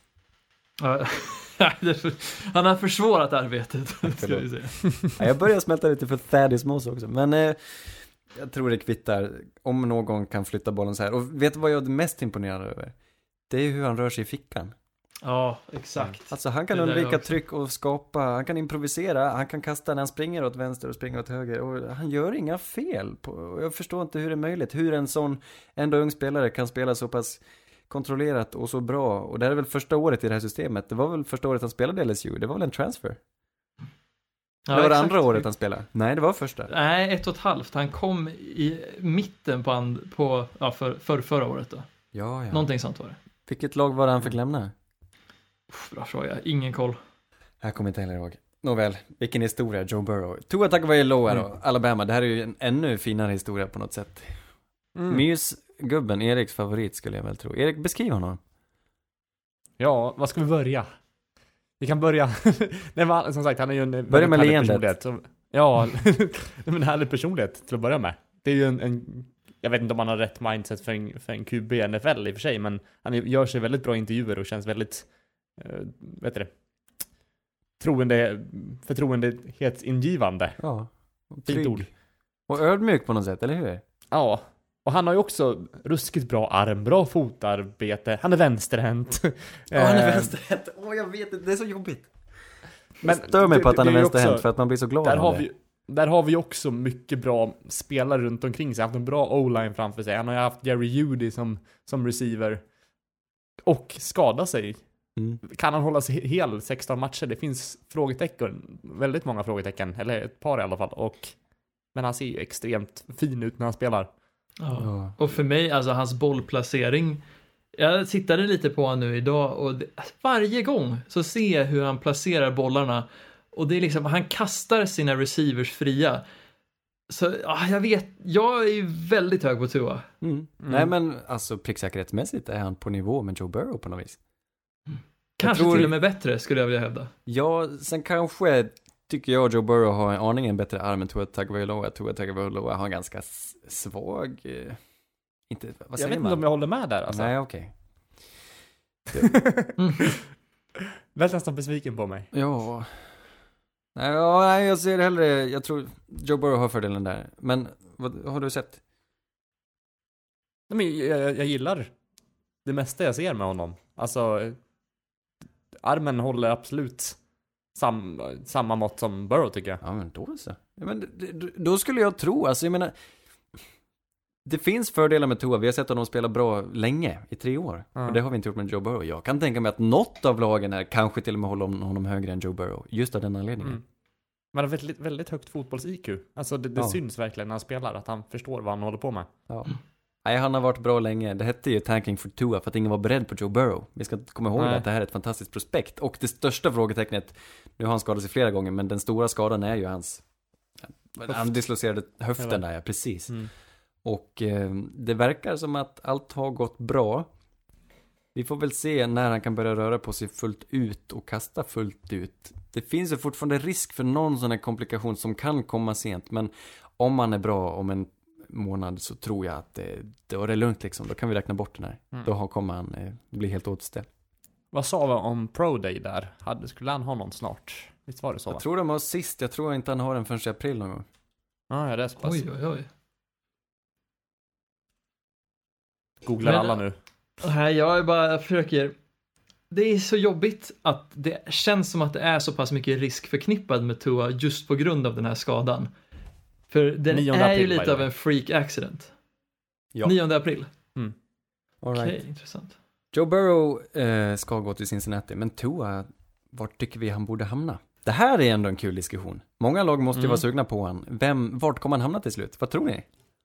Han har försvårat arbetet. Ska vi säga. Ja, jag börjar smälta lite för Thaddeus Moss också. Men eh, jag tror det kvittar om någon kan flytta bollen så här. Och vet du vad jag är mest imponerad över? Det är hur han rör sig i fickan. Ja, exakt. Alltså han kan undvika tryck och skapa, han kan improvisera, han kan kasta när han springer åt vänster och springer åt höger och han gör inga fel. På, jag förstår inte hur det är möjligt, hur en sån ändå ung spelare kan spela så pass kontrollerat och så bra. Och det här är väl första året i det här systemet. Det var väl första året han spelade L S U, det var väl en transfer. Ja, det var det andra året han spelade? Nej, det var första. Nej, ett och ett halvt. Han kom i mitten på, and, på ja, för, för förra året då. Ja, ja. Någonting sånt var det. Vilket lag var det han fick lämna? Bra fråga, ingen koll. Jag kommer inte heller ihåg. Nåväl, vilken historia, Joe Burrow. Tua Tagovailoa då, mm. Alabama. Det här är ju en ännu finare historia på något sätt. Mm. Mys-gubben, Eriks favorit skulle jag väl tro. Erik, beskriv honom. Ja, vad ska vi börja? Vi kan börja... Nej, men, som sagt, han är ju en... Börja med leendet. Som... Ja, en härlig personlighet till att börja med. Det är ju en... en... Jag vet inte om han har rätt mindset för en, för en Q B i N F L i och för sig, men han gör sig väldigt bra intervjuer och känns väldigt... Uh, vet du det? Troende, förtroendehetsingivande. Ja. Fint ord. Och ödmjuk på något sätt, eller hur? Ja. Och han har ju också ruskigt bra arm, bra fotarbete. Han är vänsterhänt. Ja, han är vänsterhänt. Åh, oh, jag vet inte, det är så jobbigt. Men jag stör mig på att han är vänsterhänt också, för att man blir så glad där av har det. Vi, där har vi också mycket bra spelare runt omkring sig. Han har haft en bra O-line framför sig. Han har ju haft Jerry Jeudy som, som receiver. Och skada sig. Mm. Kan han hålla sig hel sexton matcher? Det finns frågetecken, väldigt många frågetecken, eller ett par i alla fall. Och, men han ser ju extremt fin ut när han spelar. Ja. Ja. Och för mig, alltså hans bollplacering, jag tittade lite på honom nu idag och det, varje gång så ser jag hur han placerar bollarna och det är liksom, han kastar sina receivers fria. Så ja, jag vet, jag är ju väldigt hög på Tua. Mm. Mm. Nej men alltså pricksäkerhetsmässigt är han på nivå med Joe Burrow på något vis. Kanske tror... till och med bättre skulle jag vilja hävda. Ja, sen kanske tycker jag Joe Burrow har en aning en bättre arm än Tua Tagovailoa. Tua Tagovailoa har en ganska svag... Eh, inte, vad säger jag vet man? inte om jag håller med där. Alltså. Nej, okej. Okay. mm. Väldigt nästan besviken på mig. Ja. Nej, ja, nej, jag ser hellre... Jag tror Joe Burrow har fördelen där. Men vad har du sett? Nej, men jag, jag gillar det mesta jag ser med honom. Alltså... Armen håller absolut sam, samma mått som Burrow tycker jag. Ja, men då så. Ja, men då skulle jag tro, alltså jag menar, det finns fördelar med Tua. Vi har sett honom spela bra länge, i tre år. Mm. Och det har vi inte gjort med Joe Burrow. Jag kan tänka mig att något av lagen här kanske till och med håller honom högre än Joe Burrow. Just av den anledningen. Mm. Man har väldigt, väldigt högt fotbolls-I Q. Alltså det, det Ja. syns verkligen när han spelar att han förstår vad han håller på med. Ja. Nej, han har varit bra länge. Det hette ju tanking for Tua för att ingen var beredd på Joe Burrow. Vi ska komma ihåg Nej. att det här är ett fantastiskt prospekt. Och det största frågetecknet, nu har han skadat sig flera gånger, men den stora skadan är ju hans... Han dislocerade höften Eller? där, ja, precis. Mm. Och eh, det verkar som att allt har gått bra. Vi får väl se när han kan börja röra på sig fullt ut och kasta fullt ut. Det finns ju fortfarande risk för någon sån här komplikation som kan komma sent. Men om han är bra om en månad så tror jag att det, då är det lugnt liksom. Då kan vi räkna bort den här. Mm. Då har- kommer han eh, bli helt återställd. Vad sa vi om Pro Day där? Hade, skulle han ha någon snart? Visst var det så? Jag va? tror de har sist. Jag tror inte han har den förrän i april någon gång. Ja, ja, det är så pass. Oj, oj, oj. Googlar Men- alla nu. Nej, jag är bara jag försöker... Det är så jobbigt att det känns som att det är så pass mycket risk förknippad med Tua just på grund av den här skadan. För den nionde är ju april, by lite the av way. en freak accident. Ja. nionde april. All Okej, right. intressant. Joe Burrow eh, ska gå till Cincinnati, men Tua, vart tycker vi han borde hamna? Det här är ändå en kul diskussion. Många lag måste ju Mm. vara sugna på han. Vem, vart kommer han hamna till slut? Vad tror ni?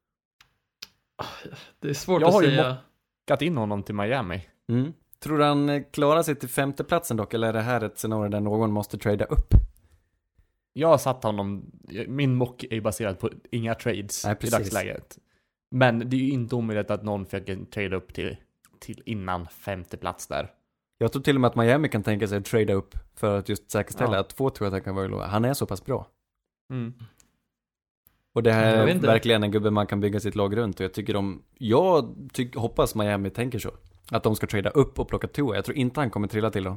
Det är svårt Jag att har ju säga. Gat in honom till Miami. Mm. Tror du han eh, klarar sig till femteplatsen dock, eller är det här ett scenario där någon måste trada upp? Jag har satt honom, min mock är ju baserad på inga trades Nej, i precis. dagsläget. Men det är ju inte omöjligt att någon försöker trade upp till, till innan femte plats där. Jag tror till och med att Miami kan tänka sig att trada upp för att just säkerställa Ja. att två tror att han kan vara låg. Han är så pass bra. Mm. Och det här Jag är vet inte. verkligen en gubbe man kan bygga sitt lag runt. Och jag tycker de, jag tyck, hoppas Miami tänker så. Att de ska trada upp och plocka Tua. Jag tror inte han kommer trilla till dem.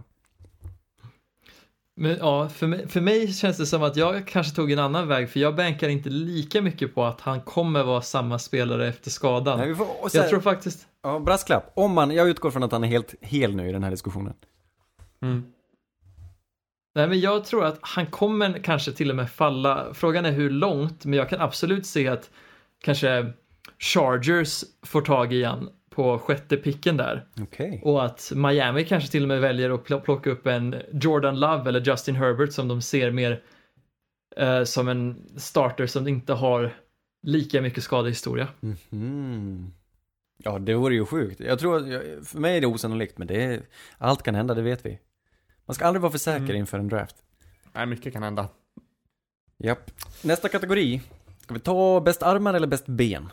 Men ja, för mig, för mig känns det som att jag kanske tog en annan väg, för jag bänkar inte lika mycket på att han kommer vara samma spelare efter skadan. Nej, vi får, och så Jag här- tror faktiskt... Ja, brasklapp. Om man, jag utgår från att han är helt hel nu i den här diskussionen. Mm. Nej, men jag tror att han kommer kanske till och med falla. Frågan är hur långt, men jag kan absolut se att kanske Chargers får tag i han på sjätte picken där. Okej. Och att Miami kanske till och med väljer att pl- plocka upp en Jordan Love eller Justin Herbert som de ser mer eh, som en starter som inte har lika mycket skadehistoria. Mhm. Ja, det vore ju sjukt. Jag tror, jag- för mig är det osannolikt, men det är, allt kan hända, det vet vi. Man ska aldrig vara för säker Mm. inför en draft. Nej, mycket kan hända. Japp. Nästa kategori. Ska vi ta bäst armar eller bäst ben?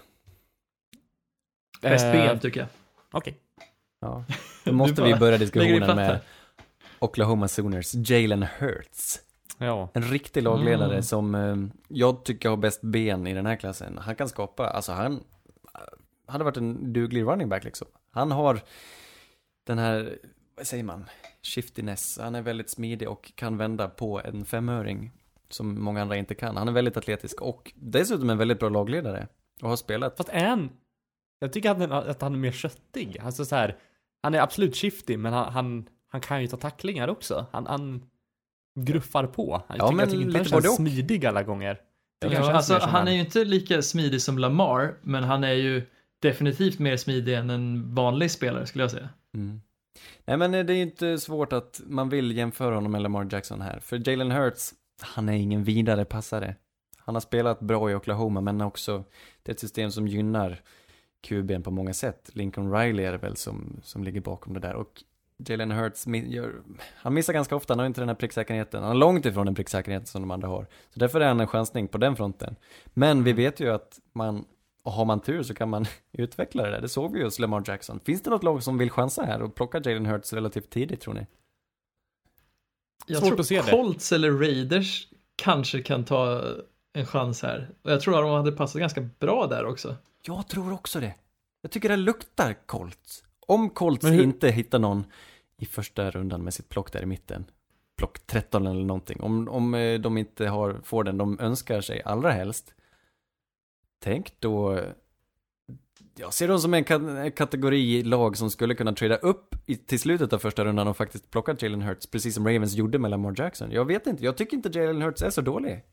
Bäst Eh, ben tycker jag. Okej. Ja. Då måste bara vi börja lägger diskussionen i platt med här. Oklahoma Sooners, Jalen Hurts. Ja. En riktig lagledare Mm. som eh, jag tycker har bäst ben i den här klassen. Han kan skapa, alltså han hade varit en duglig running back liksom. Han har den här, vad säger man, shiftiness. Han är väldigt smidig och kan vända på en femöring som många andra inte kan. Han är väldigt atletisk och dessutom en väldigt bra lagledare och har spelat. Fast är han... Jag tycker att han, att han är mer köttig. Alltså så här, han är absolut shifty, men han, han, han kan ju ta tacklingar också. Han, han gruffar på. Jag Ja, tycker, men jag tycker inte han lite både känns och. smidig alla gånger. Det Ja, känns alltså, mer som han en- är ju inte lika smidig som Lamar, men han är ju definitivt mer smidig än en vanlig spelare skulle jag säga. Mm. Nej, men det är inte svårt att man vill jämföra honom med Lamar Jackson här. För Jalen Hurts, han är ingen vidare passare. Han har spelat bra i Oklahoma, men också det är ett system som gynnar Q B:n på många sätt. Lincoln Riley är det väl som, som ligger bakom det där. Och Jalen Hurts, mi- gör, han missar ganska ofta, han har inte den här pricksäkerheten. Han har långt ifrån den pricksäkerheten som de andra har. Så därför är han en chansning på den fronten. Men vi vet ju att man, och har man tur så kan man utveckla det där. Det såg vi ju hos Lamar Jackson. Finns det något lag som vill chansa här och plocka Jalen Hurts relativt tidigt, tror ni? Jag Svårt tror att se det. Colts eller Raiders kanske kan ta en chans här. Och jag tror att de hade passat ganska bra där också. Jag tror också det. Jag tycker det luktar Colts. Om Colts Men hur- inte hittar någon i första rundan med sitt plock där i mitten, plock tretton eller någonting, om, om eh, de inte har, får den de önskar sig allra helst, tänk då, jag ser dem som en, ka- en kategori lag som skulle kunna trada upp i, till slutet av första rundan och faktiskt plocka Jalen Hurts, precis som Ravens gjorde med Lamar Jackson. Jag vet inte, jag tycker inte Jalen Hurts är så dålig.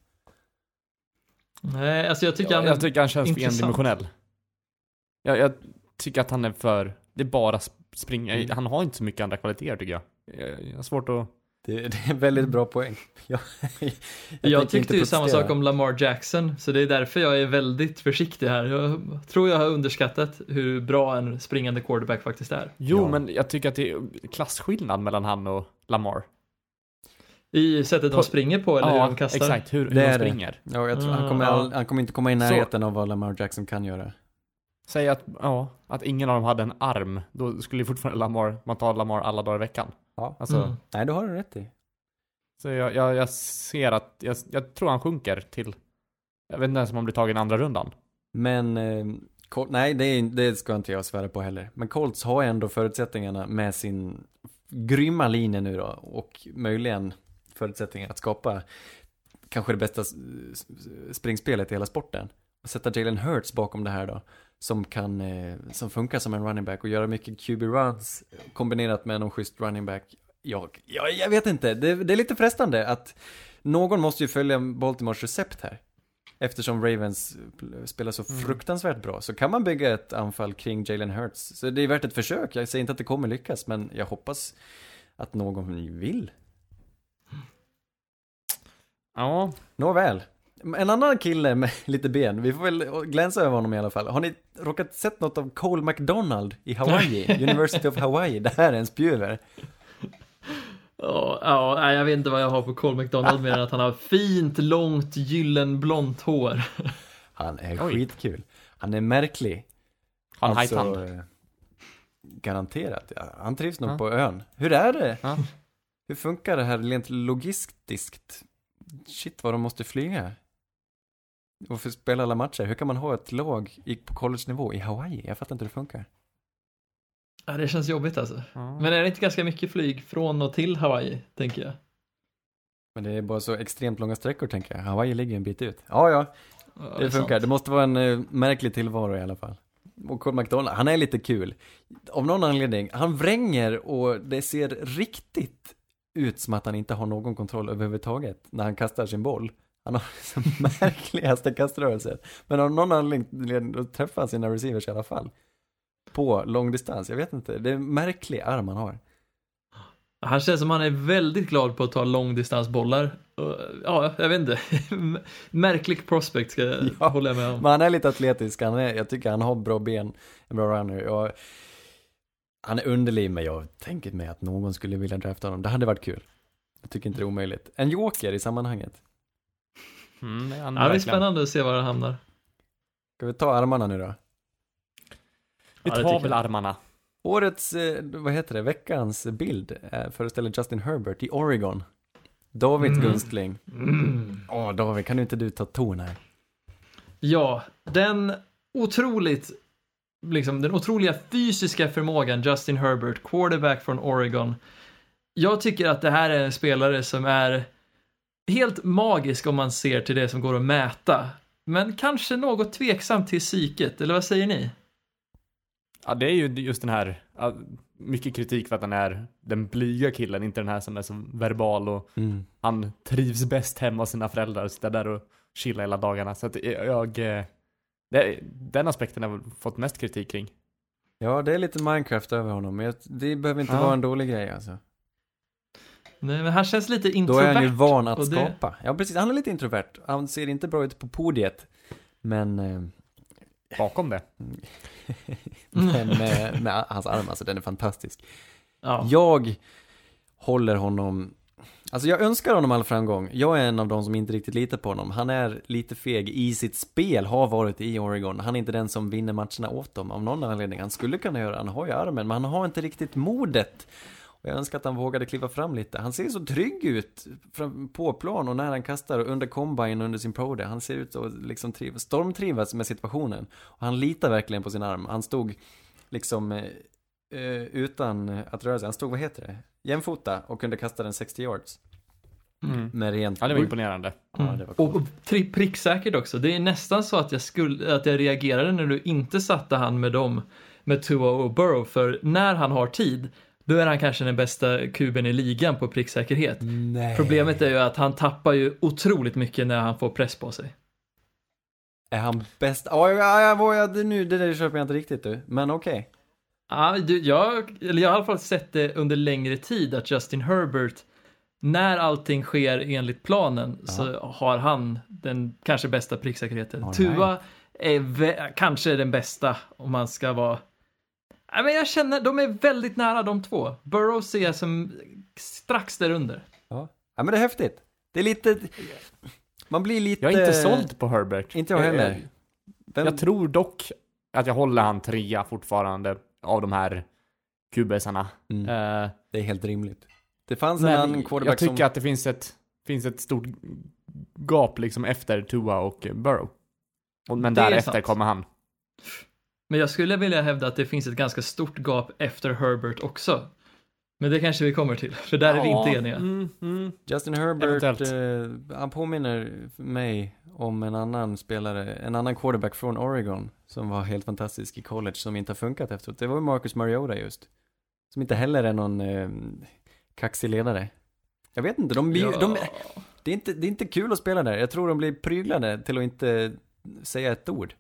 Nej, alltså jag tycker Ja, han jag tycker han känns för intressant. endimensionell. Jag, jag tycker att han är för... Det är bara sp- springa. Mm. Han har inte så mycket andra kvaliteter tycker jag. Jag, jag har svårt att... Det, det är en väldigt bra poäng. Jag, jag, Jag tyckte ju samma sak om Lamar Jackson, så det är därför jag är väldigt försiktig här. Jag tror jag har underskattat hur bra en springande quarterback faktiskt är. Jo, Ja. men jag tycker att det är klassskillnad mellan han och Lamar. I sättet På- de springer på eller hur Ja, de kastar. exakt. Hur, hur Det de är det. springer. Ja, jag tror, han, Mm, kommer ja. all, han kommer inte komma i närheten av vad Lamar Jackson kan göra. Säg att, ja, att ingen av dem hade en arm. Då skulle ju fortfarande Lamar, man tar Lamar alla dagar i veckan. Ja. Alltså, Mm. Nej, du har du rätt i. så jag, jag, jag ser att, jag, jag tror han sjunker till, jag vet inte ens om han blir tagen i andra rundan. Men, eh, Col- nej det, är, det ska inte jag svära på heller. Men Colts har ändå förutsättningarna med sin grymma linje nu då. Och möjligen förutsättningar att skapa kanske det bästa s- s- springspelet i hela sporten. Och sätta Jalen Hurts bakom det här då. Som kan, eh, som funkar som en running back och göra mycket Q B runs kombinerat med någon schysst running back. Jag, jag, jag vet inte, det, det är lite frestande att någon måste ju följa Baltimores recept här. Eftersom Ravens spelar så Mm. fruktansvärt bra så kan man bygga ett anfall kring Jalen Hurts. Så det är värt ett försök. Jag säger inte att det kommer lyckas, men jag hoppas att någon vill. Ja, Nåväl. En annan kille med lite ben, vi får väl glänsa över honom i alla fall. Har ni råkat sett något av Cole McDonald i Hawaii? University of Hawaii, det här är en spjuver. Ja, ja, nej, jag vet inte vad jag har på Cole McDonald mer än att han har fint, långt, gyllenblont hår. Han är Oj. skitkul. Han är märklig. han Alltså, hajtand. eh, garanterat. Ja, han trivs nog Ja. på ön. Hur är det? Ja. Hur funkar det här rent logistiskt? Shit vad de måste flyga. Och för att spela alla matcher. Hur kan man ha ett lag i, på college-nivå i Hawaii? Jag fattar inte hur det funkar. Ja, det känns jobbigt alltså. Ja. Men är det inte ganska mycket flyg från och till Hawaii, tänker jag? Men det är bara så extremt långa sträckor tänker jag. Hawaii ligger en bit ut. Ja, ja. Ja, Det är funkar. sant. Det måste vara en uh, märklig tillvaro i alla fall. Och Cole McDonald, han är lite kul. Av någon anledning. Han vränger och det ser riktigt ut som att han inte har någon kontroll överhuvudtaget när han kastar sin boll. Han har så märkligaste kaströrelser. Men av någon anledning då träffar han sina receivers i alla fall. På långdistans. Jag vet inte. Det är en märklig arm han har. Han känns som han är väldigt glad på att ta långdistansbollar. Och, ja, jag vet inte. Märklig prospect ska jag Ja, hålla med om. Men han är lite atletisk. Han är, jag tycker han har bra ben. En bra runner. Och han är underlig, men jag tänker mig att någon skulle vilja drafta honom. Det hade varit kul. Jag tycker inte det är omöjligt. En joker i sammanhanget. Mm, det är han Ja, det är verkligen. spännande att se var det hamnar. Ska vi ta armarna nu då? Vi Ja, det tar tycker väl jag. armarna. Årets, eh, vad heter det, veckans bild eh, föreställer Justin Herbert i Oregon. Davids Mm. gunstling. Mm. Åh, David, kan du inte du ta ton här? Ja, den otroligt liksom den otroliga fysiska förmågan Justin Herbert, quarterback från Oregon. Jag tycker att det här är en spelare som är helt magisk om man ser till det som går att mäta. Men kanske något tveksam till psyket, eller vad säger ni? Ja, det är ju just den här, ja, mycket kritik för att han är den blyga killen, inte den här som är så verbal och Mm. han trivs bäst hemma hos sina föräldrar och sitter där och chillar hela dagarna. Så att jag, eh, det, den aspekten har jag väl fått mest kritik kring. Ja, det är lite Minecraft över honom, men jag, det behöver inte Ja. vara en dålig grej alltså. Nej, men han känns lite Då introvert. är han ju van att och det- skapa. Ja, precis. Han är lite introvert. Han ser inte bra ut på podiet. Men, eh, Bakom det. men med, med hans arm, alltså den är fantastisk. Ja. Jag håller honom... Alltså jag önskar honom all framgång. Jag är en av de som inte riktigt litar på honom. Han är lite feg i sitt spel, har varit i Oregon. Han är inte den som vinner matcherna åt dem av någon anledning. Han skulle kunna göra, han har ju armen, men han har inte riktigt modet. Och jag önskar att han vågade kliva fram lite. Han ser så trygg ut fram, på plan och när han kastar och under combine under sin pro day. Han ser ut att liksom triv, stormtrivas med situationen. Och han litar verkligen på sin arm. Han stod liksom eh, eh, utan att röra sig. Han stod, vad heter det? Jämfota och kunde kasta den sextio yards. Mm. Med rent... Ja, det var imponerande. Ja, Mm. det var Och, coolt. och tri- pricksäkert också. Det är nästan så att jag, skulle, att jag reagerade när du inte satte han med dem, med Tua och Burrow. För när han har tid, då är han kanske den bästa kuben i ligan på pricksäkerhet. Nej. Problemet är ju att han tappar ju otroligt mycket när han får press på sig. Är han bäst? Ja, ja, ja, ja, det, nu, det där köper jag inte riktigt du. Men okej. Ja, du, jag, eller jag har i alla fall sett det under längre tid att Justin Herbert när allting sker enligt planen Ja. så har han den kanske bästa pricksäkerheten. All Tua right. är vä- kanske den bästa om man ska vara... Nej, men jag känner, de är väldigt nära de två. Burrow ser jag som strax där under. Ja. ja, men det är häftigt. Det är lite... Man blir lite... Jag är inte såld på Herbert. Inte jag heller. Vem... Jag tror dock att jag håller han trea fortfarande av de här kubisarna. Mm. Eh, Det är helt rimligt. Det fanns en men annan jag quarterback tycker som... att det finns ett, finns ett stort gap liksom efter Tua och Burrow. Och, men Det är därefter sant. kommer han. Men jag skulle vilja hävda att det finns ett ganska stort gap efter Herbert också. Men det kanske vi kommer till, för där är vi Ja, inte eniga. Mm, mm. Justin Herbert, Eventuellt. eh, han påminner mig om en annan spelare, en annan quarterback från Oregon som var helt fantastisk i college som inte har funkat efteråt. Det var ju Marcus Mariota just. Som inte heller är någon eh, kaxig ledare. Jag vet inte, de, blir, Ja. de, det, är inte, det är inte kul att spela där. Jag tror de blir pryglade till att inte säga ett ord.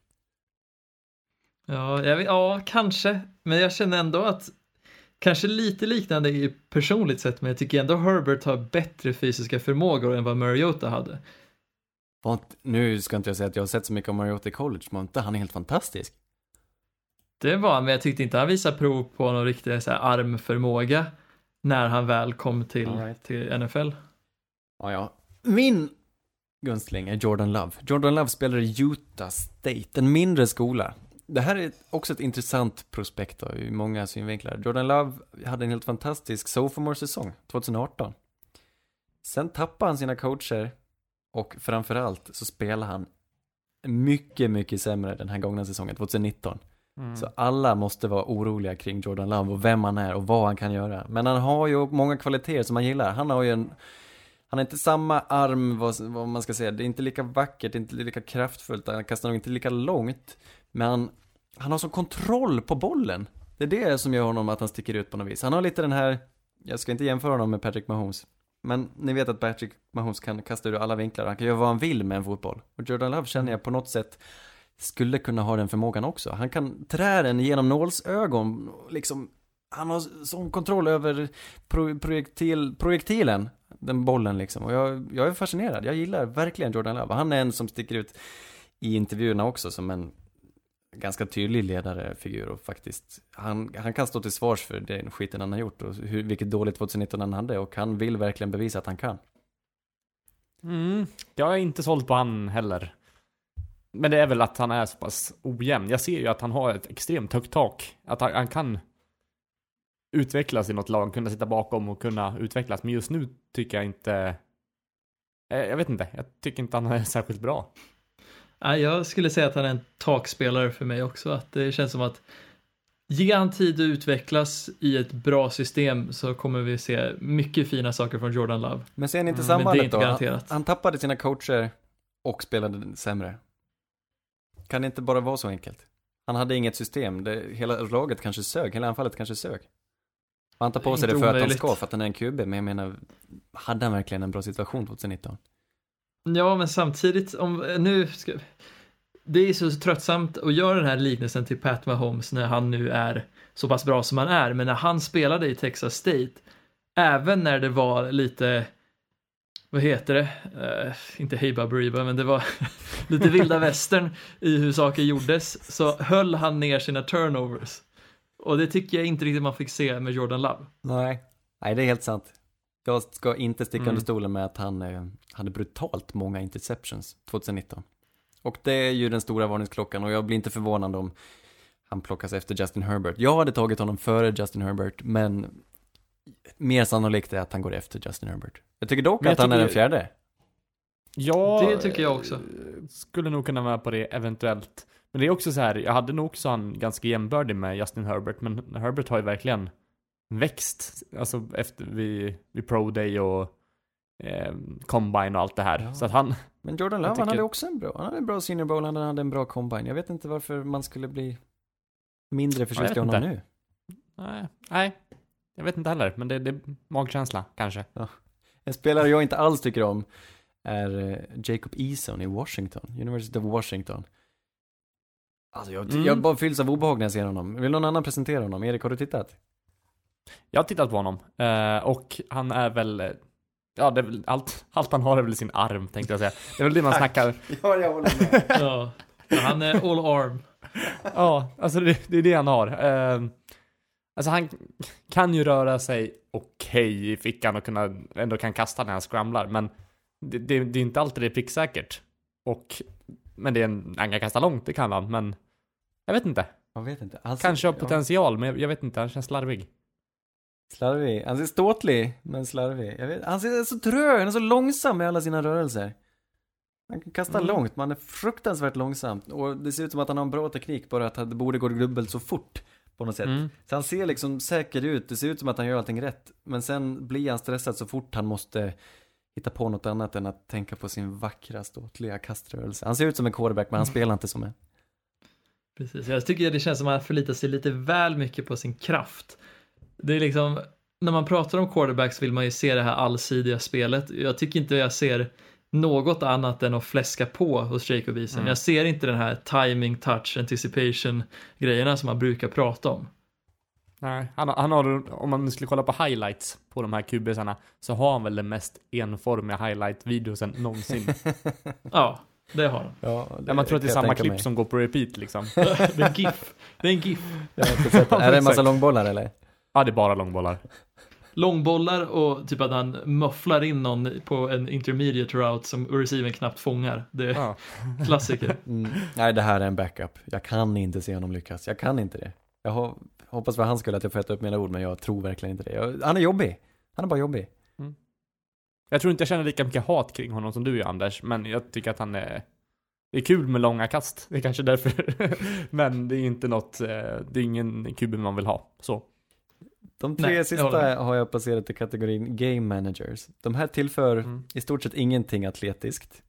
Ja, jag vet, ja, kanske. Men jag känner ändå att kanske lite liknande i personligt sett, men jag tycker ändå Herbert har bättre fysiska förmågor än vad Mariota hade. Var inte- Nu ska inte jag säga att jag har sett så mycket om Mariota i college, men inte han är helt fantastisk. Det var han, men jag tyckte inte han visade prov på någon riktig så här, armförmåga när han väl kom till, All right. till N F L. Ja, ja. Min gunstling är Jordan Love. Jordan Love spelar i Utah State, en mindre skola. Det här är också ett intressant prospekt då, i många synvinklar. Jordan Love hade en helt fantastisk sophomore-säsong, tjugo arton. Sen tappade han sina coacher och framförallt så spelar han mycket, mycket sämre den här gångna säsongen, tjugo nitton. Mm. Så alla måste vara oroliga kring Jordan Love och vem han är och vad han kan göra. Men han har ju många kvaliteter som man gillar. Han har ju en... Han har inte samma arm, vad, vad man ska säga. Det är inte lika vackert, inte lika kraftfullt. Han kastar nog inte lika långt. Men han, han har så kontroll på bollen. Det är det som gör honom att han sticker ut på något vis. Han har lite den här... Jag ska inte jämföra honom med Patrick Mahomes. Men ni vet att Patrick Mahomes kan kasta ur alla vinklar. Han kan göra vad han vill med en fotboll. Och Jordan Love känner jag på något sätt skulle kunna ha den förmågan också. Han kan trä den genom nålsögon. Liksom, han har sån kontroll över pro- projektil, projektilen. Den bollen liksom. Och jag, jag är fascinerad. Jag gillar verkligen Jordan Love. Han är en som sticker ut i intervjuerna också som en ganska tydlig ledarefigur. Och faktiskt, han, han kan stå till svars för den skiten han har gjort. Och hur, vilket dåligt tjugo nitton han hade. Och han vill verkligen bevisa att han kan. Mm. Jag är inte såld på han heller. Men det är väl att han är så pass ojämn. Jag ser ju att han har ett extremt högt tak. Att han, han kan utvecklas i något lag, kunna sitta bakom och kunna utvecklas. Men just nu tycker jag inte... eh, Jag vet inte, jag tycker inte han är särskilt bra. Nej, jag skulle säga att han är en takspelare för mig också. Att det känns som att ge han tid att utvecklas i ett bra system så kommer vi se mycket fina saker från Jordan Love. Men ser ni inte Mm, men det är sambandet inte då? Han, garanterat. han tappade sina coacher och spelade sämre. Kan det inte bara vara så enkelt? Han hade inget system. Det, hela laget kanske sög. Hela anfallet kanske sög. Och han tar på sig det Inte för att han omöjligt. ska, för att han är en Q B. Men jag menar, hade han verkligen en bra situation tjugo nitton? Ja, men samtidigt, om nu ska, det är så tröttsamt att göra den här liknelsen till Pat Mahomes när han nu är så pass bra som han är. Men när han spelade i Texas State, även när det var lite, vad heter det? Uh, inte Hey Baberiba, men det var lite vilda västern i hur saker gjordes, så höll han ner sina turnovers. Och det tycker jag inte riktigt man fick se med Jordan Love. Nej. Nej, det är helt sant. Jag ska inte sticka Mm. under stolen med att han eh, hade brutalt många interceptions tjugo nitton. Och det är ju den stora varningsklockan och jag blir inte förvånad om han plockas efter Justin Herbert. Jag hade tagit honom före Justin Herbert, men mer sannolikt är att han går efter Justin Herbert. Jag tycker dock Men jag att han är tycker- den fjärde. Ja, Det tycker jag också. eh, skulle nog kunna vara på det eventuellt. Men det är också så här, jag hade nog också han ganska jämbördig med Justin Herbert, men Herbert har ju verkligen växt, alltså efter vid, vid Pro Day och eh, Combine och allt det här. Ja. Så att han, Men Jordan Love, Jag tycker- han hade också en bra, han hade en bra Senior Bowl, han hade en bra combine. Jag vet inte varför man skulle bli mindre förtjust vet i honom inte. nu. nej, nej, jag vet inte heller, men det, det är magkänsla kanske. En spelare jag inte alls tycker om är eh, Jacob Eason i Washington, University of Washington. Alltså jag, Mm. jag bara fylls av obehag när jag ser honom. Vill någon annan presentera honom? Erik, har du tittat? Jag har tittat på honom, eh, och han är väl, eh, Ja, det är väl, allt, allt han har är väl sin arm, tänkte jag säga. Det är väl det man snackar. Ja, jag håller med. Ja, han är all arm. Ja, alltså det, det är det han har. Uh, alltså han kan ju röra sig okej okay i fickan och kunna, ändå kan kasta när han scramblar. Men det, det, det är inte alltid det är pricksäkert. Och, men det är en, han kan kasta långt, det kan han. Men jag vet inte. Jag vet inte. Alltså, Kanske har ja. potential, men jag, jag vet inte. Han känns slarvig. Slarvig. Han ser ståtlig, men slarvig. Jag vet, han ser så trög, han är så långsam med alla sina rörelser. Han kan kasta Mm. långt, man är fruktansvärt långsam. Och det ser ut som att han har en bra teknik, bara att det borde gå dubbelt så fort på något sätt. Mm. Så han ser liksom säker ut, det ser ut som att han gör allting rätt. Men sen blir han stressad så fort han måste hitta på något annat än att tänka på sin vackra, ståtliga kaströrelse. Han ser ut som en quarterback, men han spelar inte som en. Precis, jag tycker det känns som att han förlitar sig lite väl mycket på sin kraft. Det är liksom, när man pratar om quarterbacks vill man ju se det här allsidiga spelet. Jag tycker inte jag ser något annat än att fläska på hos Jacob Eason. Mm. Jag ser inte den här timing, touch, anticipation grejerna som man brukar prata om. Nej, han, han har, om man skulle kolla på highlights på de här Q B-sarna så har han väl den mest enformiga highlight-videosen någonsin. Ja, det har han. Ja, Där man tror att det är kan jag samma tänka klipp mig. som går på repeat liksom. Det är en GIF. Det är en GIF. Jag har inte sett det. Är det en massa Exakt. långbollar eller? Ja, det är bara långbollar. Långbollar och typ att han mufflar in någon på en intermediate route som receiven knappt fångar. Det är Ja. klassiker. Mm. Nej, det här är en backup. Jag kan inte se honom lyckas. Jag kan inte det. Jag ho- hoppas för hans skull att jag får äta upp mina ord, men jag tror verkligen inte det. Jag, han är jobbig. Han är bara jobbig. Jag tror inte jag känner lika mycket hat kring honom som du gör, Anders. Men jag tycker att han är... Det är kul med långa kast. Det är kanske därför. Men det är inte något... eh, Det är ingen Q B man vill ha. Så. De tre Nej, jag håller sista med. har jag passerat i kategorin game managers. De här tillför Mm. i stort sett ingenting atletiskt.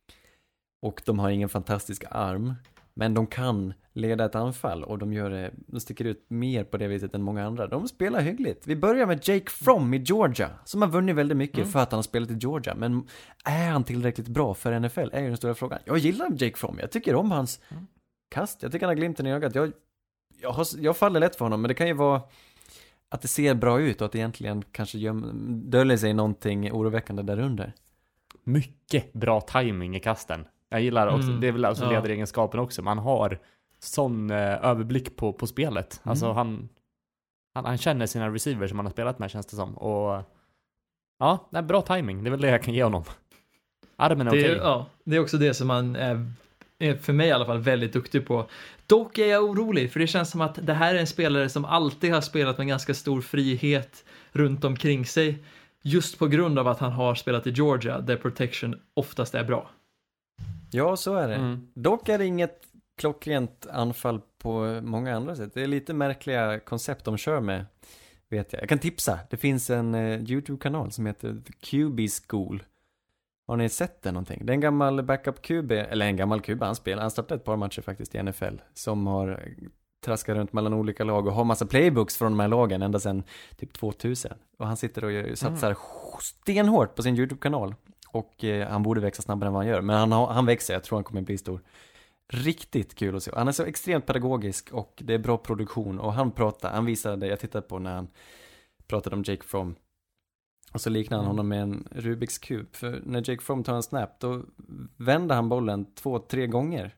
Och de har ingen fantastisk arm. Men de kan leda ett anfall och de gör det, de sticker ut mer på det viset än många andra. De spelar hyggligt. Vi börjar med Jake Fromm i Georgia, som har vunnit väldigt mycket Mm. för att han har spelat i Georgia. Men är han tillräckligt bra för N F L? Är ju den stora frågan. Jag gillar Jake Fromm. Jag tycker om hans Mm. kast. Jag tycker han har glimten i ögat. Jag, jag, har, jag faller lätt för honom, men det kan ju vara att det ser bra ut och att det egentligen kanske göm, döljer sig någonting oroväckande där under. Mycket bra timing i kasten. Jag gillar också, Mm. det är väl alltså Ja. ledaregenskapen också. Man har sån eh, överblick på, på spelet. Mm. Alltså han, han, han känner sina receivers som han har spelat med, känns det som. Och ja, det är bra timing. Det är väl det jag kan ge honom. Armen är Det okej. är, ja, det är också det som man är, är, för mig i alla fall, väldigt duktig på. Dock är jag orolig, för det känns som att det här är en spelare som alltid har spelat med ganska stor frihet runt omkring sig. Just på grund av att han har spelat i Georgia, där protection oftast är bra. Ja, så är det. Mm. Dock är det inget klockrent anfall på många andra sätt. Det är lite märkliga koncept de kör med, vet jag. Jag kan tipsa. Det finns en eh, YouTube-kanal som heter The Q B School. Har ni sett det någonting? Det är en gammal backup-Q B, eller en gammal Q B, han spelar. Han startade ett par matcher faktiskt i N F L, som har traskat runt mellan olika lag och har massa playbooks från de här lagen ända sedan typ tvåtusen. Och han sitter och gör, satsar stenhårt på sin YouTube-kanal. Och eh, han borde växa snabbare än vad han gör. Men han, har, han växer, jag tror han kommer bli stor. Riktigt kul att se. Han är så extremt pedagogisk och det är bra produktion. Och han pratar, han visade det, jag tittade på när han pratade om Jake Fromm. Och så liknar han honom med en Rubiks kub. För när Jake Fromm tar en snap, då vänder han bollen två, tre gånger.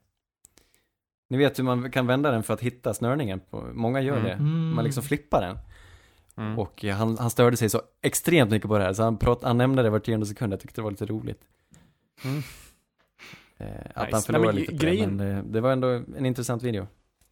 Ni vet hur man kan vända den för att hitta snörningen. På. Många gör det. Mm. Man liksom flippar den. Mm. Och eh, han, han störde sig så extremt mycket på det här. Så han, prat, han nämnde det var tionde sekund. Jag tyckte det var lite roligt. Mm. Eh, att Nice. han Nej, förlorade men lite på grejen- det. Men eh, det var ändå en intressant video.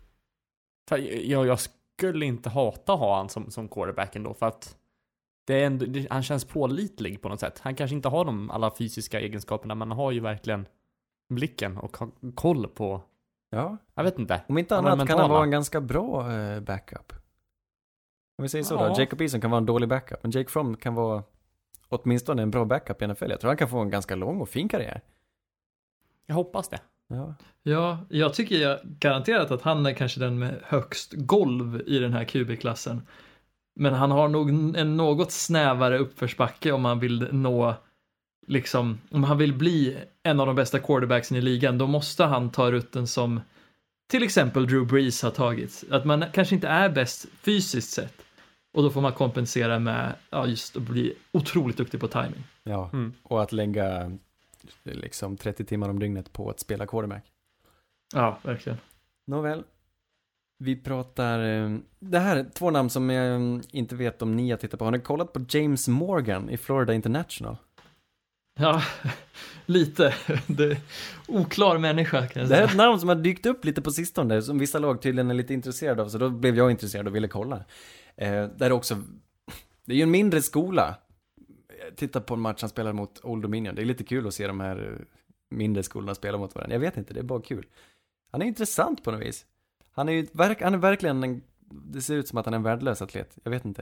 För jag, jag skulle inte hata att ha han som, som quarterback ändå, för att det är ändå, det, han känns pålitlig på något sätt. Han kanske inte har de alla fysiska egenskaperna, men han har ju verkligen blicken och har koll på, Ja. jag vet inte. Om inte Han är annat kan han mentala. vara en ganska bra eh, backup. Om vi säger så Ja. då. Jacob Eason kan vara en dålig backup. Men Jake Fromm kan vara åtminstone en bra backup i N F L. Jag tror han kan få en ganska lång och fin karriär. Jag hoppas det. Ja. Ja, jag tycker jag garanterat att han är kanske den med högst golv i den här Q B-klassen. Men han har nog en något snävare uppförsbacke om han vill nå, liksom, om han vill bli en av de bästa quarterbacksen i ligan, då måste han ta rutten som till exempel Drew Brees har tagit. Att man kanske inte är bäst fysiskt sett, Och då får man kompensera med ja, just att bli otroligt duktig på timing. Ja, Mm. och att lägga liksom trettio timmar om dygnet på att spela quarterback. Ja, verkligen. Nåväl, vi pratar, eh, det här är två namn som jag eh, inte vet om ni har tittat på. Har ni kollat på James Morgan i Florida International? Ja, lite. Det är oklar människa kan jag Det här säga. är ett namn som har dykt upp lite på sistone, som vissa lag tydligen är lite intresserade av, så då blev jag intresserad och ville kolla. Eh, där är också, det är ju en mindre skola. Titta på en match han spelar mot Old Dominion. Det är lite kul att se de här eh, mindre skolorna spela mot varandra. Jag vet inte, det är bara kul. Han är intressant på något vis. Han är ju verk, han är verkligen en, det ser ut som att han är en värdelös atlet. Jag vet inte.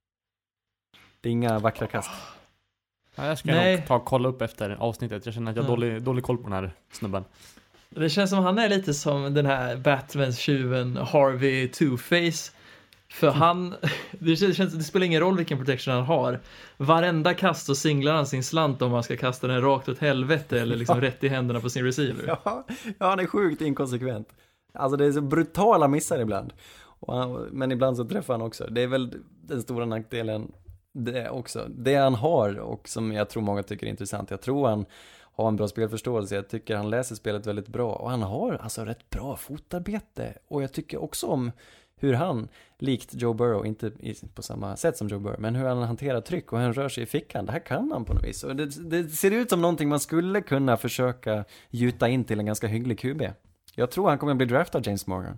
Det är inga vackra kast. Ja, jag ska Nej. nog ta och kolla upp efter avsnittet. Jag känner att jag har Ja. dålig, dålig koll på den här snubben. Det känns som han är lite som den här Batman-tjuven Harvey Two-Face. För han, det känns, det spelar ingen roll vilken protection han har. Varenda kast så singlar han sin slant om han ska kasta den rakt åt helvete eller liksom rätt i händerna på sin receiver. Ja, ja, han är sjukt inkonsekvent. Alltså det är så brutala missar ibland. Och han, men ibland så träffar han också. Det är väl den stora nackdelen det också. Det han har och som jag tror många tycker är intressant. Jag tror han har en bra spelförståelse. Jag tycker han läser spelet väldigt bra. Och han har alltså rätt bra fotarbete. Och jag tycker också om hur han, likt Joe Burrow, inte i, på samma sätt som Joe Burrow, men hur han hanterar tryck och hur han rör sig i fickan. Det här kan han på något vis. Och det, det ser ut som någonting man skulle kunna försöka gjuta in till en ganska hygglig Q B. Jag tror han kommer att bli draftad, James Morgan.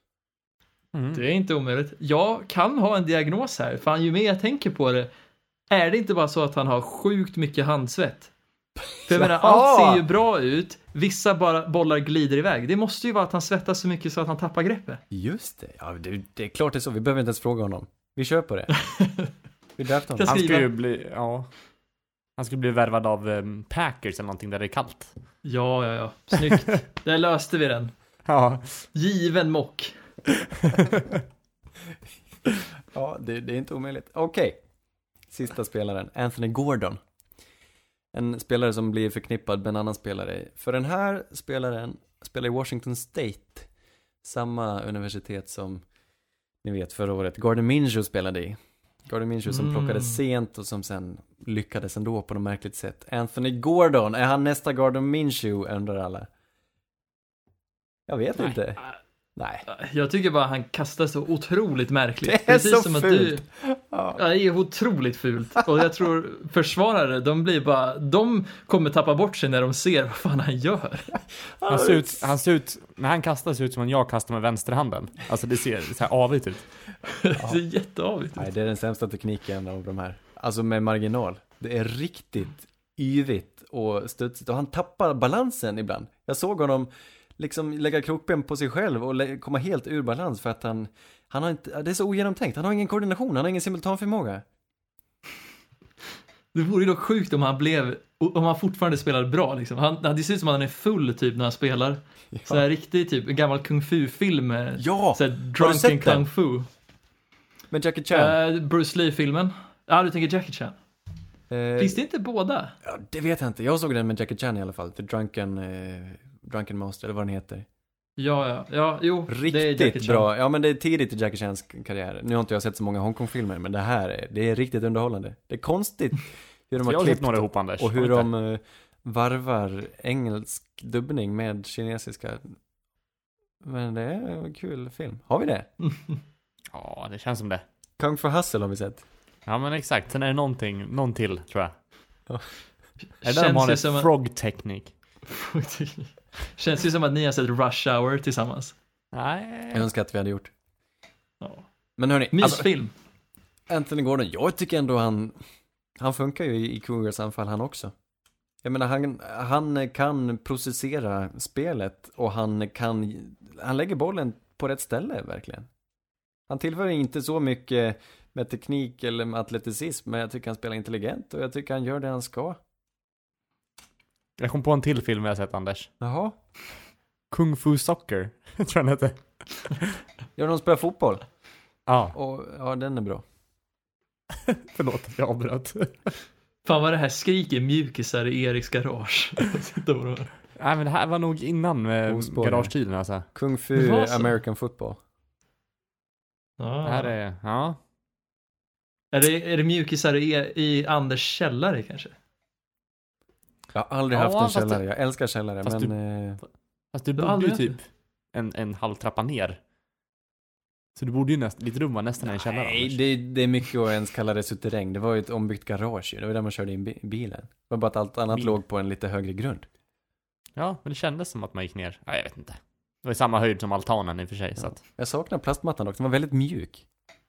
Mm. Det är inte omöjligt. Jag kan ha en diagnos här, för ju mer jag tänker på det, är det inte bara så att han har sjukt mycket handsvett? För jag menar, allt ser ju bra ut, vissa bara bollar glider iväg. Det måste ju vara att han svettas så mycket så att han tappar greppet. Just det, ja det, det är klart det är så. Vi behöver inte ens fråga honom. Vi kör på det. Vi draftar honom. Jag Han skriva. skulle ju bli, ja. Han skulle bli värvad av um, Packers eller någonting där det är kallt. Ja, ja, ja. Snyggt. Där löste vi den. Ja. Given mock. Ja, det, det är inte omöjligt. Okej. Sista spelaren, Anthony Gordon. En spelare som blir förknippad med en annan spelare. För den här spelaren spelar i Washington State. Samma universitet som ni vet förra året Gardner Minshew spelade i. Gardner Minshew som Mm. plockade sent och som sen lyckades ändå på något märkligt sätt. Anthony Gordon, är han nästa Gardner Minshew, undrar alla? Jag vet Nej. inte. Nej. Jag tycker bara han kastar så otroligt märkligt. Det är Precis så som att fult. Du... Ja. Ja, det är otroligt fult. Och jag tror försvarare, de blir bara, de kommer tappa bort sig när de ser vad fan han gör. Han ser ut, han ser ut, när han kastar ser ut som om jag kastar med vänsterhanden. Alltså det ser så här avigt ut. Det ser jätteavigt Nej, ut. det är den sämsta tekniken av de här. Alltså med marginal. Det är riktigt yvigt och studsigt. Och han tappar balansen ibland. Jag såg honom liksom lägga krokben på sig själv och lä- komma helt ur balans för att han, han har inte, det är så ogenomtänkt. Han har ingen koordination, han har ingen simultanförmåga. Det vore ju dock sjukt om han blev, om han fortfarande spelar bra liksom. Han, det ser ut som att han är full typ när han spelar. Ja. Så här riktigt typ, en gammal kung fu-film med Ja! så här, Har du drunken sett den? kung fu. Men Jackie Chan. Uh, Bruce Lee-filmen. Ja, du tänker Jackie Chan. eh, Finns det inte båda? ja, det vet jag inte. Jag såg den med Jackie Chan i alla fall. The Drunken, eh, Drunken Master, eller vad den heter. Ja, ja, ja, jo. det är Jackie Riktigt Chan. bra. Ja, men det är tidigt i Jackie Chans karriär. Nu har inte jag sett så många Hongkong-filmer, men det här är, det är riktigt underhållande. Det är konstigt hur de Jag har har klippt sett några ihop, Anders. och hur Har de eh, varvar engelsk dubbning med kinesiska. Men det är en kul film. Har vi det? Ja, det känns som det. Kung Fu Hustle har vi sett. Ja, men exakt. Sen är det någonting, någon till, tror jag. Ja. Är det där de har ju en som att- frog-teknik? Känns ju som att ni har sett Rush Hour tillsammans. Nej. Jag önskar att vi hade gjort. Ja. Men hörni, alltså, Mysfilm. Anthony Gordon, jag tycker ändå han, han funkar ju i, i Cougars anfall han också. Jag menar, han, han kan processera spelet och han kan, han lägger bollen på rätt ställe verkligen. Han tillför inte så mycket med teknik eller med atleticism, men jag tycker han spelar intelligent och jag tycker han gör det han ska. Jag kom på en till film jag har sett, Anders. Jaha. Kung Fu Soccer, tror jag den heter. Gör de spelar fotboll? Ja, Och ja, den är bra. förlåt, jag avbröt. Fan vad det här skriker mjukisar i Eriks garage. Sitta på det. Nej, men det här var nog innan med Ospårare. garagetiden, alltså. Kung Det Fu var så. American Football. Det här är, ja. Är det, är det mjukisar i, i Anders källare kanske? Jag har aldrig Ja, haft en fast källare. det- Jag älskar källare, fast men... du- eh, Fast du Du har bodde ju aldrig typ en, en halv trappa ner. Så du borde ju nästan, ditt rum var nästan en källare. Nej, Anders. det, det är mycket att ens kalla det suterräng. Det var ju ett ombyggt garage ju. Det var där man körde in bi- bilen. Det var bara att allt annat Bil. låg på en lite högre grund. Ja, men det kändes som att man gick ner. Ja, jag vet inte. Det var i samma höjd som altanen i och för sig, så att... Jag saknar plastmattan också. Den var väldigt mjuk.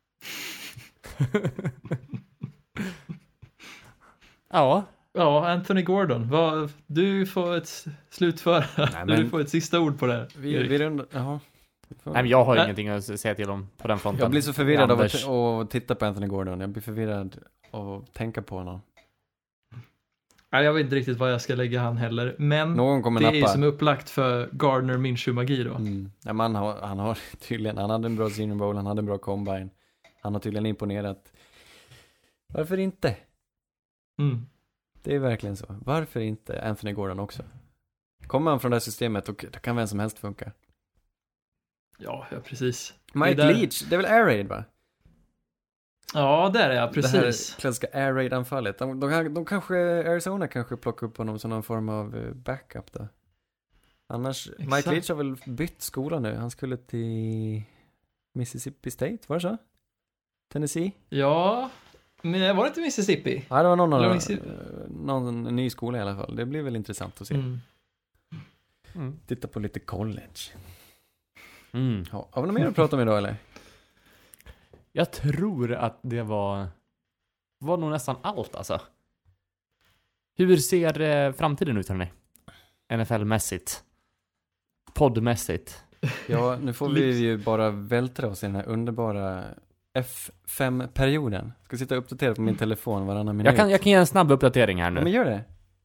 Ja, Ja, Anthony Gordon. Vad, du får ett slutföra. Nej, Du men- får ett sista ord på det här. Vi, Erik. vi rundar... Jaha. Vi får- nej men jag har Nej. ingenting att säga till om på den fronten. Jag blir så förvirrad av att, Anders. att titta på Anthony Gordon. Jag blir förvirrad av att tänka på honom. Nej, jag vet inte riktigt vad jag ska lägga han heller. Men Någon kommer det är ju nappa. som upplagt för Gardner Minshew-magi då. Mm. Ja, men han, har, han har tydligen, han hade en bra senior bowl, han hade en bra combine. Han har tydligen imponerat. Varför inte? Mm. Det är verkligen så. Varför inte Anthony Gordon också? Kommer han från det här systemet och då kan vem som helst funka. Ja, ja, precis. Mike Det där- Leach, det är väl Air Raid va? Ja, där är jag, Det här precis. klassiska Air Raid-anfallet. De, de, de kanske, Arizona kanske plockar upp honom som någon form av eh, backup då. Annars, Exakt. Mike Leach har väl bytt skola nu. Han skulle till Mississippi State, var det så? Tennessee? Ja, men var det inte Mississippi? Ja, det var någon av Eller dem. Mississippi. eh, Någon ny skola i alla fall. Det blir väl intressant att se. Mm. Mm. Titta på lite college. Mm. Ja, har vi något mer att prata om idag eller? Jag tror att det var var nog nästan allt alltså. Hur ser eh, framtiden ut hörni? N F L-mässigt. Poddmässigt. Ja, nu får vi ju bara vältra oss i den här underbara F fem-perioden. Ska sitta och uppdatera på min telefon varannan minut. Jag kan, jag kan ge en snabb uppdatering här Ja, nu. men gör det.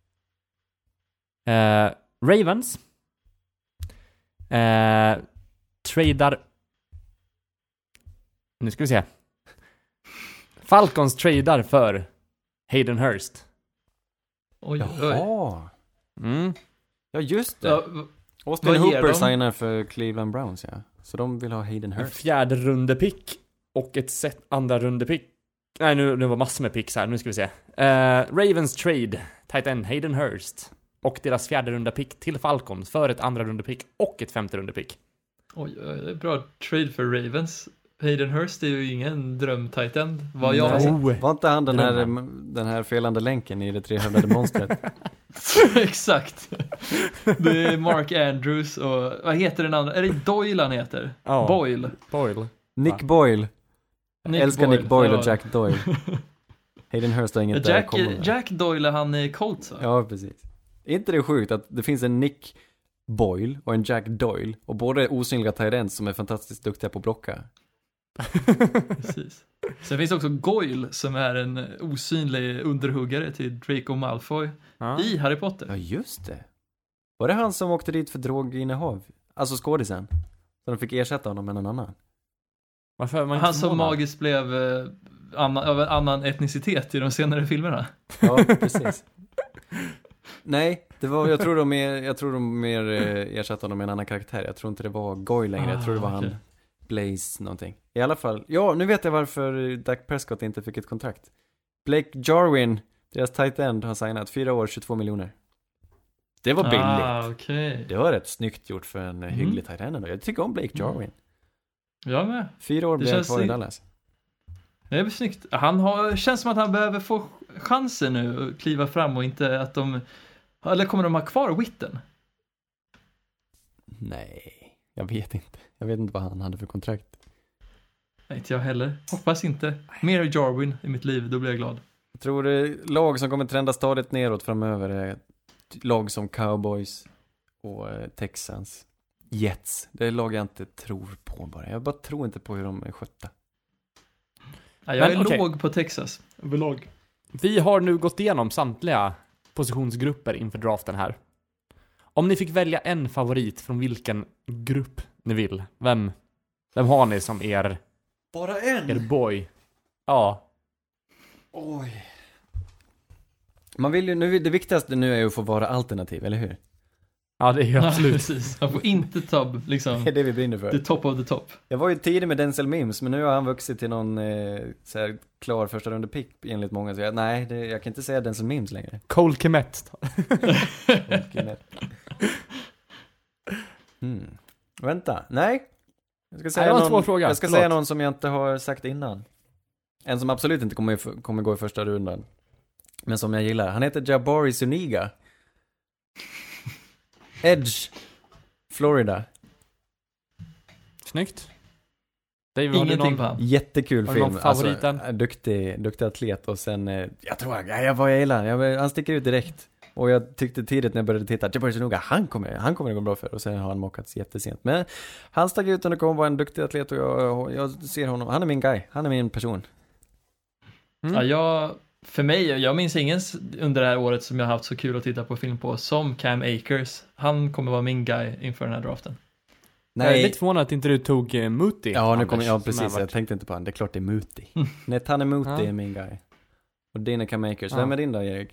Eh, Ravens. Eh, tradar. Nu ska vi se. Falcons tradar för Hayden Hurst. Oj, oj. Jaha. Mm. Ja, just det. Ja, v- Austin vad ger Hooper de? signar för Cleveland Browns, ja. Så de vill ha Hayden En Hurst. fjärde runde pick och ett set andra runde pick. Nej, nu, nu var massor med picks här. Nu ska vi se. Eh, Ravens trade tight end Hayden Hurst och deras fjärde runda pick till Falcons för ett andra runde pick och ett femte runde pick. oj, oj, det är bra trade för Ravens. Hayden Hurst är ju ingen dröm-tight end. Vad jag har sett. Oh. Var inte han den här, Drömmen. den här felande länken i det trehövdade monstret? Exakt. Det är Mark Andrews och vad heter den andra? Är det Doyle han heter? Ja. Boyle. Boyle. Nick Va? Boyle. Nick Älskar Nick Boyle Ja. och Jack Doyle. Hayden Hurst har inget där Jack, att komma med. Jack Doyle, han är Colts va? Ja, precis. Är inte det sjukt att det finns en Nick Boyle och en Jack Doyle och båda är osynliga tight ends som är fantastiskt duktiga på att blocka? Precis. Sen finns det också Goyle som är en osynlig underhuggare till Draco Malfoy Ja. i Harry Potter. Ja, just det. Var det han som åkte dit för droginnehav? Alltså skådisen? Så de fick ersätta honom med någon annan? Varför är man inte Han som förvånad? magiskt blev eh, annan, av en annan etnicitet i de senare filmerna. Ja, precis. Nej, det var, jag tror de mer, jag tror de mer eh, ersatte honom med en annan karaktär. Jag tror inte det var Goy längre, jag tror det var Ah, okej. han Blaze någonting. I alla fall, ja, nu vet jag varför Dak Prescott inte fick ett kontrakt. Blake Jarwin, deras tight end, har signat fyra år, tjugotvå miljoner. Det var billigt. Ah, okej. Det var rätt snyggt gjort för en mm. Mm. hygglig tight end ändå. Jag tycker om Blake Jarwin. Jag med. Fyra år Det blev han känns kvar i i- Dallas. Det är snyggt. Han har, känns som att han behöver få chansen nu att kliva fram och inte att de... Eller kommer de ha kvar Witten? Nej, jag vet inte. Jag vet inte vad han hade för kontrakt. Nej, inte jag heller. Hoppas inte. Mer Jarwin i mitt liv, då blir jag glad. Jag tror det är lag som kommer trenda stadigt neråt framöver är lag som Cowboys och eh, Texans. Jets. Det är lag jag inte tror på bara. Jag bara tror inte på hur de är skötta. Nej, jag Men, är okej. låg på Texas överlag. Vi har nu gått igenom samtliga positionsgrupper inför draften här. Om ni fick välja en favorit från vilken grupp ni vill, vem, vem har ni som er, Bara en? er boy? Ja, Oj. Man vill ju, nu, det viktigaste nu är ju att få vara alternativ, eller hur? Ja, det är ju Ja, absolut. precis. Han får inte ta liksom Det är det vi brinner för. the top of the top. Jag var ju tidig med Denzel Mims, men nu har han vuxit till någon eh, så här, klar första runde pick enligt många. Så jag, nej, det, jag kan inte säga Denzel Mims längre. Cole Kmet. hmm. Vänta, nej. Jag ska Nej, säga det var en någon, svår fråga. jag ska Förlåt. säga någon som jag inte har sagt innan. En som absolut inte kommer, i- kommer gå i första rundan. Men som jag gillar. Han heter Jabari Zuniga. Edge, Florida. Snyggt. Dave, har du Ingenting någon... på han. Jättekul Har du film. någon favoriten? Alltså, duktig, duktig atlet och sen, eh, jag tror, ja, jag var jag gillar. Jag, han sticker ut direkt. Och jag tyckte tidigt när jag började titta, Jabari Zuniga, han kommer, han kommer det gå bra för. Och sen har han mockats jättesent. Men han stack ut under kom, var en duktig atlet och jag, jag ser honom, han är min guy, han är min person. Mm. Ja, jag, för mig, jag minns ingen s- under det här året som jag har haft så kul att titta på film på som Cam Akers. Han kommer vara min guy inför den här draften. Jag är Nej, lite förvånad att inte du tog uh, Muti. ja nu Anders, kommer jag, som precis, har jag varit- tänkte inte på han, det är klart det är Muti. Nej, Tanne Muti Ja. är min guy. Och dina Cam Akers, Ja. vem är din då, Erik?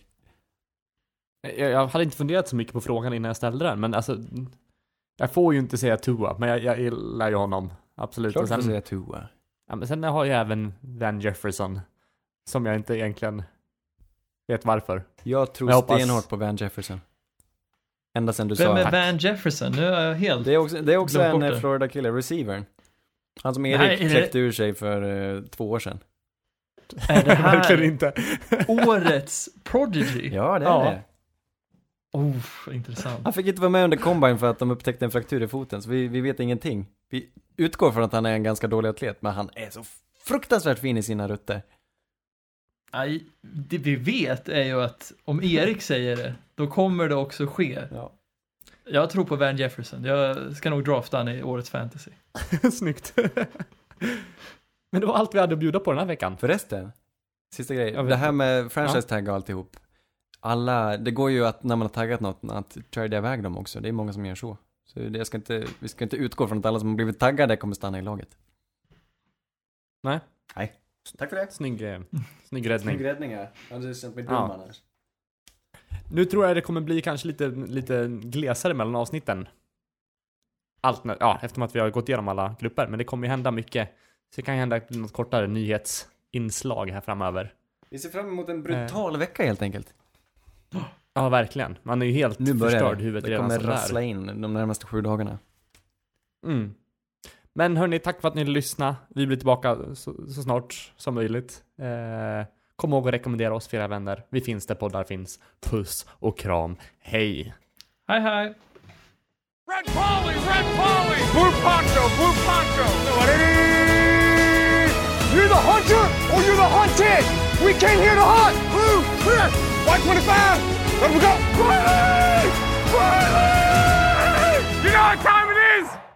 Jag, jag hade inte funderat så mycket på frågan innan jag ställde den, men alltså... Jag får ju inte säga Tua, men jag, jag gillar ju honom. Absolut. Klart Och du får sen, säga Tua. ja, men sen har jag även Van Jefferson. Som jag inte egentligen vet varför. Jag tror Jag hoppas- stenhårt på Van Jefferson. Ända sen du Vem sa är det. Van Jefferson? Nu är jag helt... Det är också, det är också Glöm en bort eh, det. Florida-kille, receivern. Han som Erik Nej, är det- kläckte ur sig för eh, två år sedan. Är det Verkligen här inte. årets Prodigy? Ja, det är Ja. det. Oh, intressant. Han fick inte vara med under combine för att de upptäckte en fraktur i foten, så vi, vi vet ingenting. Vi utgår från att han är en ganska dålig atlet, men han är så fruktansvärt fin i sina rutter. Nej, det vi vet är ju att om Erik säger det, då kommer det också ske. Ja. Jag tror på Van Jefferson. Jag ska nog drafta han i årets fantasy. Snyggt. Men det var allt vi hade att bjuda på den här veckan. Förresten, sista grej. Jag vet Det här inte. med franchise tag och alltihop. Alla, det går ju att när man har taggat något, att trada iväg dem också. Det är många som gör så. Så det, jag ska inte, vi ska inte utgå från att alla som har blivit taggade kommer stanna i laget. Nej. Nej. Tack för det. Snygg, eh, snygg räddning. Snygg räddning här. Jag hade känt mig dum Ja. annars. Nu tror jag det kommer bli kanske lite, lite glesare mellan avsnitten. Allt, när- ja, eftersom att vi har gått igenom alla grupper. Men det kommer ju hända mycket. Så det kan ju hända något kortare nyhetsinslag här framöver. Vi ser fram emot en brutal vecka helt enkelt. Ja, verkligen. Man är ju helt Nu börjar förstörd det. i huvudet Det redan kommer som där. rassla in de närmaste sju dagarna. Mm. Men hörni, tack för att ni lyssnade. Vi blir tillbaka så, så snart som möjligt. Eh, kom ihåg att rekommendera oss för era vänner. Vi finns där poddar finns. Puss och kram. Hej! Hej hej! Red Polly, Red Polly! Blue Poncho, Blue Poncho! You're the hunter or you're the hunted! We came here to hunt! Blue, clear! White twenty-five! Let we go! Riley! Riley! You know what time it is?